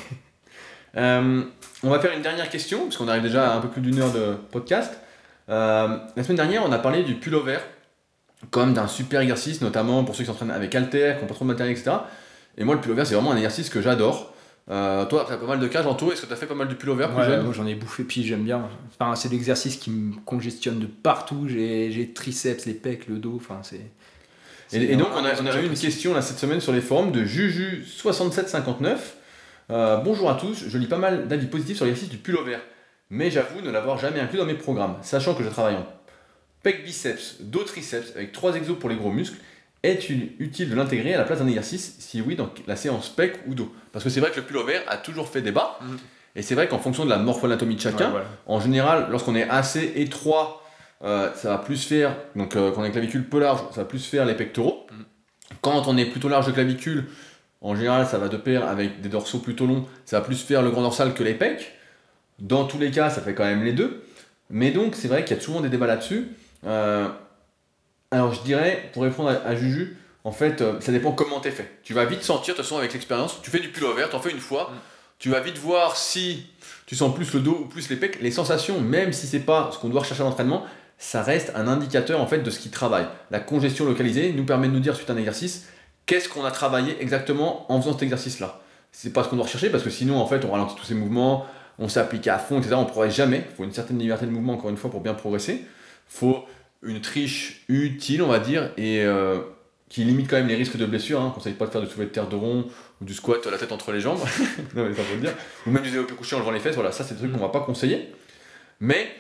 on va faire une dernière question, parce qu'on arrive déjà à un peu plus d'1 heure de podcast. La semaine dernière on a parlé du pullover, comme d'un super exercice, notamment pour ceux qui s'entraînent avec haltères, qui n'ont pas trop de matériel, etc. Et moi, le pullover, c'est vraiment un exercice que j'adore. Toi, tu as pas mal de cages en tout. Est-ce que tu as fait pas mal de pullover plus jeune ? Moi, j'en ai bouffé, puis j'aime bien. Enfin, c'est l'exercice qui me congestionne de partout. J'ai triceps, les pecs, le dos. Enfin, et donc, on a eu une question là, cette semaine sur les forums de Juju6759. Bonjour à tous, je lis pas mal d'avis positifs sur l'exercice du pullover, mais j'avoue ne l'avoir jamais inclus dans mes programmes, sachant que je travaille en pec biceps, dos triceps, avec 3 exos pour les gros muscles. Est-il utile de l'intégrer à la place d'un exercice ? Si oui, dans la séance pec ou dos ? Parce que c'est vrai que le pullover a toujours fait débat. Et c'est vrai qu'en fonction de la morpho-anatomie de chacun, en général, lorsqu'on est assez étroit, ça va plus faire, donc quand on a une clavicule peu large, ça va plus faire les pectoraux. Quand on est plutôt large de clavicule, en général, ça va de pair avec des dorsaux plutôt longs, ça va plus faire le grand dorsal que les pecs. Dans tous les cas, ça fait quand même les deux. Mais donc, c'est vrai qu'il y a souvent des débats là-dessus. Alors je dirais, pour répondre à Juju, en fait, ça dépend comment t'es fait. Tu vas vite sentir, de toute façon avec l'expérience, tu fais du pullover, t'en fais une fois, tu vas vite voir si tu sens plus le dos ou plus les pecs. Les sensations, même si c'est pas ce qu'on doit rechercher à l'entraînement, ça reste un indicateur en fait de ce qui travaille. La congestion localisée nous permet de nous dire suite à un exercice, qu'est-ce qu'on a travaillé exactement en faisant cet exercice-là. c'est pas ce qu'on doit rechercher parce que sinon en fait on ralentit tous ces mouvements, on s'applique à fond, etc. On ne progresse jamais. Il faut une certaine liberté de mouvement encore une fois pour bien progresser. Il faut une triche utile, on va dire, et qui limite quand même les risques de blessure. On ne conseille pas de faire du soulevé de terre de rond ou du squat la tête entre les jambes, non, mais ça faut le dire. Ou même du développé couché en levant les fesses. Voilà, ça c'est des trucs qu'on ne va pas conseiller. Mais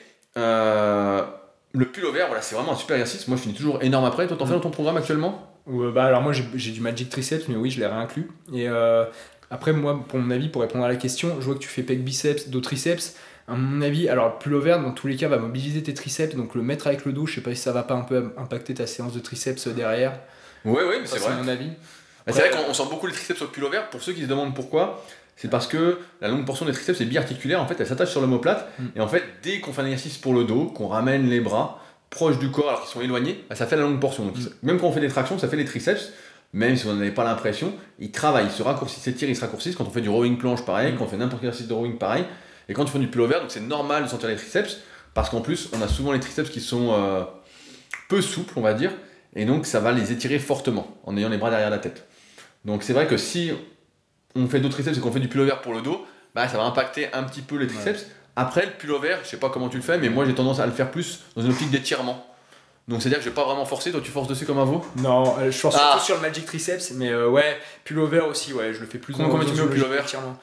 le pullover, voilà, c'est vraiment un super exercice. Moi je finis toujours énorme après. Toi t'en fais dans ton programme actuellement ? Alors moi j'ai du Magic Triceps, mais oui, je l'ai réinclus. Et après, moi, pour mon avis, pour répondre à la question, je vois que tu fais pec biceps, dos triceps. À mon avis, alors le pullover, dans tous les cas, va mobiliser tes triceps, donc le mettre avec le dos, je sais pas si ça va pas un peu impacter ta séance de triceps derrière. Oui, mais c'est vrai. C'est mon avis. Après, c'est vrai qu'on sent beaucoup les triceps sur le pullover. Pour ceux qui se demandent pourquoi, c'est parce que la longue portion des triceps est biarticulaire, en fait, elle s'attache sur l'omoplate. Et en fait, dès qu'on fait un exercice pour le dos, qu'on ramène les bras proches du corps alors qu'ils sont éloignés, ça fait la longue portion. Donc, même quand on fait des tractions, ça fait les triceps. Même si vous n'en avez pas l'impression, ils travaillent, ils se raccourcissent, s'étirent, ils se raccourcissent. Quand on fait du rowing planche, pareil, quand on fait n'importe quel exercice de rowing, pareil. Et quand tu fais du pullover, donc c'est normal de sentir les triceps, parce qu'en plus, on a souvent les triceps qui sont peu souples, on va dire, et donc ça va les étirer fortement, en ayant les bras derrière la tête. Donc c'est vrai que si on fait d'autres triceps et qu'on fait du pullover pour le dos, bah, ça va impacter un petit peu les triceps. Ouais. Après, le pullover, je sais pas comment tu le fais, mais moi j'ai tendance à le faire plus dans une optique d'étirement. Donc c'est-à-dire que je vais pas vraiment forcer, toi tu forces dessus comme un veau ? Non, je force surtout sur le Magic Triceps, mais ouais, pullover aussi, ouais, je le fais plus dans Combien tu mets au pullover ?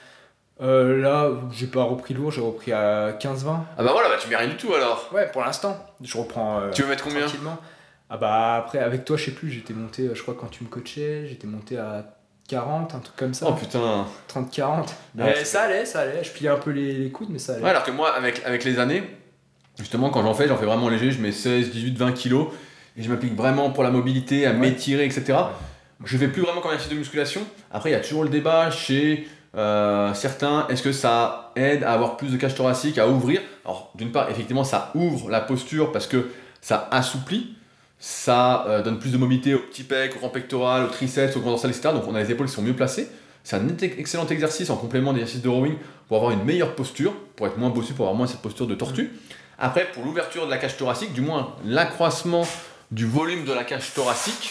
Là, j'ai pas repris lourd, j'ai repris à 15-20. Ah bah voilà, tu mets rien du tout alors. Ouais, pour l'instant, je reprends tu veux mettre combien ? Tranquillement. Ah bah après, avec toi, je sais plus, j'étais monté, je crois quand tu me coachais, j'étais monté à 40, un truc comme ça. Oh putain. 30-40. Mais ça allait, je pliais un peu les coudes, mais ça allait. Ouais, alors que moi, avec les années, justement, quand j'en fais vraiment léger, je mets 16, 18, 20 kilos et je m'applique vraiment pour la mobilité, à m'étirer, etc. Ouais. Je fais plus vraiment comme exercice de musculation. Après, il y a toujours le débat chez certains, est-ce que ça aide à avoir plus de cage thoracique, à ouvrir ? Alors, d'une part, effectivement, ça ouvre la posture parce que ça assouplit, ça donne plus de mobilité au petit pec, au grand pectoral, au triceps, au grand dorsal, etc. Donc, on a les épaules qui sont mieux placées. C'est un excellent exercice en complément d'exercices de rowing pour avoir une meilleure posture, pour être moins bossu, pour avoir moins cette posture de tortue. Après, pour l'ouverture de la cage thoracique, du moins l'accroissement du volume de la cage thoracique,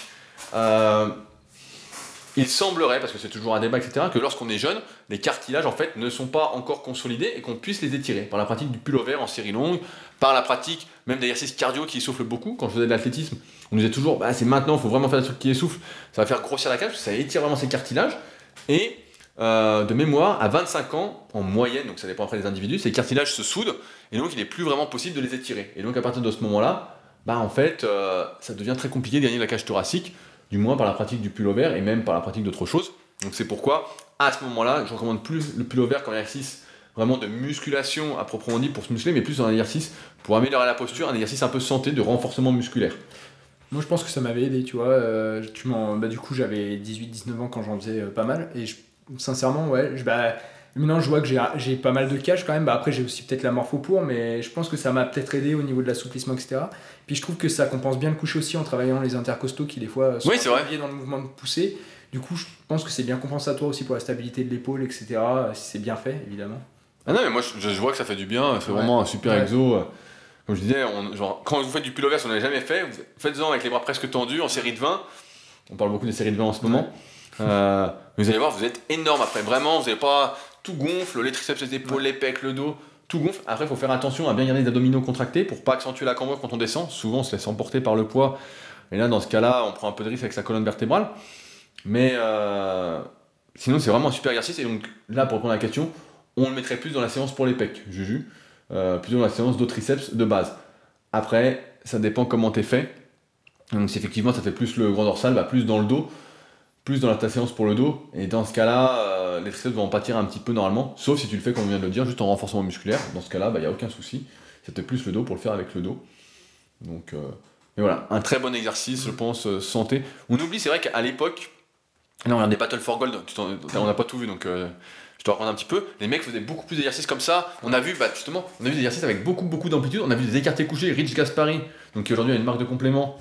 il semblerait, parce que c'est toujours un débat, etc., que lorsqu'on est jeune, les cartilages en fait ne sont pas encore consolidés et qu'on puisse les étirer par la pratique du pullover en série longue, par la pratique même d'exercices cardio qui essoufflent beaucoup. Quand je faisais de l'athlétisme, on nous disait toujours c'est maintenant, il faut vraiment faire des trucs qui essoufflent, ça va faire grossir la cage, parce que ça étire vraiment ces cartilages. Et de mémoire, à 25 ans, en moyenne, donc ça dépend après des individus, ces cartilages se soudent et donc il n'est plus vraiment possible de les étirer. Et donc à partir de ce moment-là, en fait, ça devient très compliqué de gagner de la cage thoracique, du moins par la pratique du pullover et même par la pratique d'autres choses. Donc c'est pourquoi, à ce moment-là, je recommande plus le pullover comme exercice vraiment de musculation à proprement dit pour se muscler, mais plus un exercice pour améliorer la posture, un exercice un peu santé de renforcement musculaire. Moi je pense que ça m'avait aidé, tu vois. Du coup j'avais 18-19 ans quand j'en faisais pas mal, et sincèrement, ouais, maintenant je vois que j'ai pas mal de cages quand même. Après j'ai aussi peut-être la morpho pour, mais je pense que ça m'a peut-être aidé au niveau de l'assouplissement, etc. Puis je trouve que ça compense bien le coucher aussi en travaillant les intercostaux qui des fois sont liés dans le mouvement de poussée. Du coup je pense que c'est bien compensatoire aussi pour la stabilité de l'épaule, etc. Si c'est bien fait, évidemment. Ah non mais moi je vois que ça fait du bien, c'est vraiment un super exo. Comme je disais, quand vous faites du pullover, si vous n'avez jamais fait, faites-en avec les bras presque tendus en série de 20. On parle beaucoup des séries de 20 en ce moment. Vous allez voir, vous êtes énorme après. Vraiment, vous n'avez pas tout gonfle, les triceps, les épaules, les pecs, le dos, tout gonfle. Après, il faut faire attention à bien garder les abdominaux contractés pour ne pas accentuer la cambrure quand on descend. Souvent, on se laisse emporter par le poids. Et là, dans ce cas-là, on prend un peu de risque avec sa colonne vertébrale. Mais sinon, c'est vraiment un super exercice. Et donc là, pour répondre à la question, on le mettrait plus dans la séance pour les pecs, Juju. Plutôt dans la séance de triceps de base. Après, ça dépend comment t'es fait. Donc si effectivement ça fait plus le grand dorsal, plus dans le dos, plus dans ta séance pour le dos. Et dans ce cas-là, les triceps vont en pâtir un petit peu normalement, sauf si tu le fais, comme on vient de le dire, juste en renforcement musculaire. Dans ce cas-là, il n'y a aucun souci. C'était plus le dos pour le faire avec le dos. Donc, mais voilà, un très bon exercice, je pense, santé. On oublie, c'est vrai qu'à l'époque, là on regarde des Battle for Gold, on n'a pas tout vu, donc je te raconte un petit peu. Les mecs faisaient beaucoup plus d'exercices comme ça. On a vu justement, des exercices avec beaucoup d'amplitude. On a vu des écartés couchés. Rich Gaspari, donc qui aujourd'hui a une marque de complément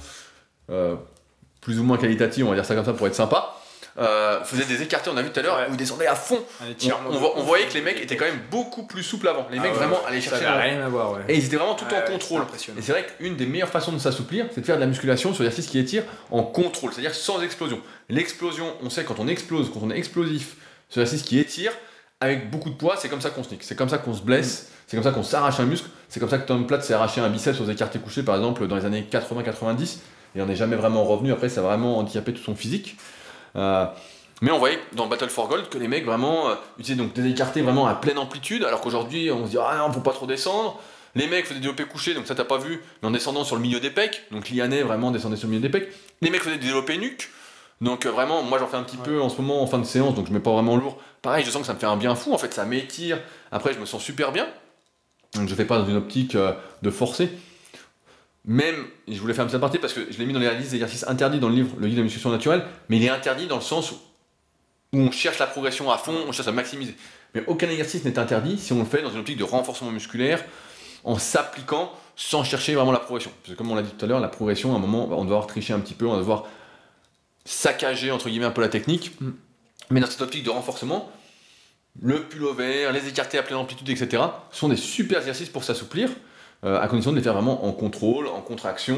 plus ou moins qualitative, on va dire ça comme ça pour être sympa. Faisait des écartés, on a vu tout à l'heure, où ils descendaient à fond. On voyait que les mecs étaient quand même beaucoup plus souples avant. Les mecs vraiment allaient chercher. Ça n'a rien à voir, ouais. Et ils étaient vraiment tout en contrôle. Et c'est vrai qu'une des meilleures façons de s'assouplir, c'est de faire de la musculation sur l'exercice qui étire en contrôle, c'est-à-dire sans explosion. L'explosion, on sait quand on explose, quand on est explosif Ce exercice qui étire avec beaucoup de poids, c'est comme ça qu'on se nique, c'est comme ça qu'on se blesse, c'est comme ça qu'on s'arrache un muscle, c'est comme ça que Tom Platt s'est arraché un biceps aux écartés couchés par exemple dans les années 80-90 et on n'est jamais vraiment revenu, après ça a vraiment handicapé tout son physique. Mais on voyait dans Battle for Gold que les mecs vraiment utilisaient donc des écartés vraiment à pleine amplitude, alors qu'aujourd'hui on se dit ah non, faut pas trop descendre. Les mecs faisaient des développés couchés, donc ça t'as pas vu, mais en descendant sur le milieu des pecs, donc Lianet vraiment descendait sur le milieu des pecs. Les mecs faisaient des développés nuque, donc vraiment, moi j'en fais un petit peu en ce moment en fin de séance, donc je mets pas vraiment lourd. Pareil, je sens que ça me fait un bien fou, en fait, ça m'étire. Après, je me sens super bien, donc je fais pas dans une optique de forcer. Même, je voulais faire un petit aparté parce que je l'ai mis dans les listes d'exercices interdits dans le livre, le guide de la musculation naturelle, mais il est interdit dans le sens où on cherche la progression à fond, on cherche à maximiser. Mais aucun exercice n'est interdit si on le fait dans une optique de renforcement musculaire, en s'appliquant sans chercher vraiment la progression. Parce que comme on l'a dit tout à l'heure, la progression, à un moment, on va devoir tricher un petit peu, on va devoir saccager entre guillemets un peu la technique. Mais dans cette optique de renforcement, le pullover, les écartés à pleine amplitude, etc. sont des super exercices pour s'assouplir, à condition de les faire vraiment en contrôle, en contraction.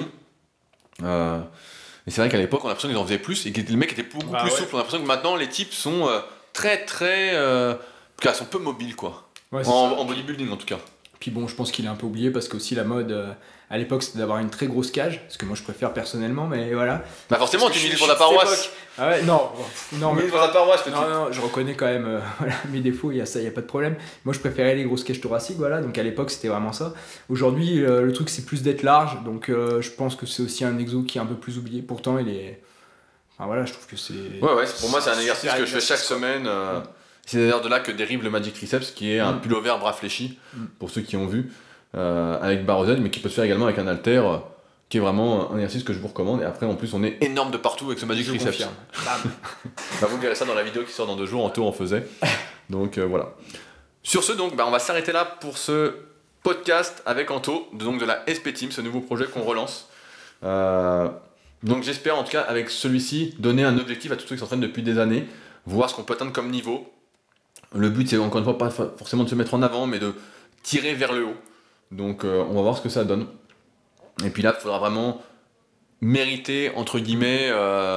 Et c'est vrai qu'à l'époque, on a l'impression qu'ils en faisaient plus et que les mecs étaient beaucoup plus souples. On a l'impression que maintenant, les types sont très, sont peu mobiles, quoi. Ouais, en bodybuilding, en tout cas. Puis bon, je pense qu'il est un peu oublié parce que aussi la mode à l'époque c'était d'avoir une très grosse cage, ce que moi je préfère personnellement, mais voilà. Bah forcément, tu milites pour la paroisse. Ah ouais, non, mais pour la paroisse, non, je reconnais quand même voilà, mes défauts, il y a ça, il y a pas de problème. Moi je préférais les grosses cages thoraciques, voilà, donc à l'époque c'était vraiment ça. Aujourd'hui, le truc c'est plus d'être large, donc je pense que c'est aussi un exo qui est un peu plus oublié. Pourtant, il est. Enfin voilà, je trouve que c'est. Ouais, pour moi c'est un exercice que je fais chaque semaine. C'est d'ailleurs de là que dérive le Magic Triceps, qui est un pullover bras fléchi, pour ceux qui ont vu, avec barre Z, mais qui peut se faire également avec un halter, qui est vraiment un exercice que je vous recommande. Et après, en plus, on est énorme de partout avec ce Magic Triceps. Bah, vous verrez ça dans la vidéo qui sort dans 2 jours, Anto en faisait. Donc voilà. Sur ce, donc, on va s'arrêter là pour ce podcast avec Anto, donc de la SP Team, ce nouveau projet qu'on relance. Donc j'espère en tout cas, avec celui-ci, donner un objectif à tous ceux qui s'entraînent depuis des années, voir ce qu'on peut atteindre comme niveau. Le but, c'est encore une fois pas forcément de se mettre en avant, mais de tirer vers le haut. Donc on va voir ce que ça donne. Et puis là, il faudra vraiment mériter, entre guillemets,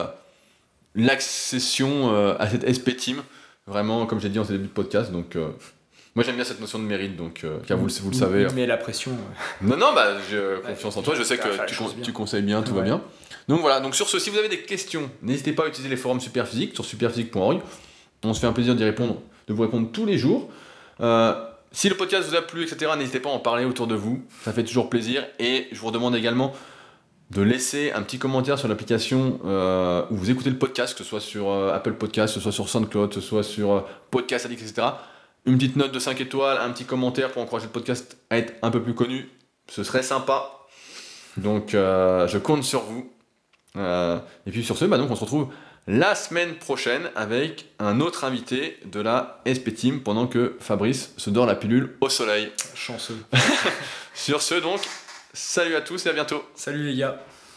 l'accession à cette SP Team. Vraiment, comme j'ai dit en ce début de podcast. Donc moi, j'aime bien cette notion de mérite, donc car vous le savez. Mais la pression... Non, j'ai confiance en toi. Je sais que tu conseilles bien, tout va bien. Donc voilà, donc sur ce, si vous avez des questions, n'hésitez pas à utiliser les forums Superphysique sur superphysique.org. On se fait un plaisir de vous répondre tous les jours. Si le podcast vous a plu, etc., n'hésitez pas à en parler autour de vous, ça fait toujours plaisir. Et je vous demande également de laisser un petit commentaire sur l'application où vous écoutez le podcast, que ce soit sur Apple Podcast, que ce soit sur SoundCloud, que ce soit sur Podcast Addict, etc. Une petite note de 5 étoiles, un petit commentaire pour encourager le podcast à être un peu plus connu, ce serait sympa. Donc je compte sur vous. Et puis sur ce, donc on se retrouve la semaine prochaine avec un autre invité de la SP Team pendant que Fabrice se dort la pilule au soleil. Chanceux. Sur ce, donc, salut à tous et à bientôt. Salut les gars.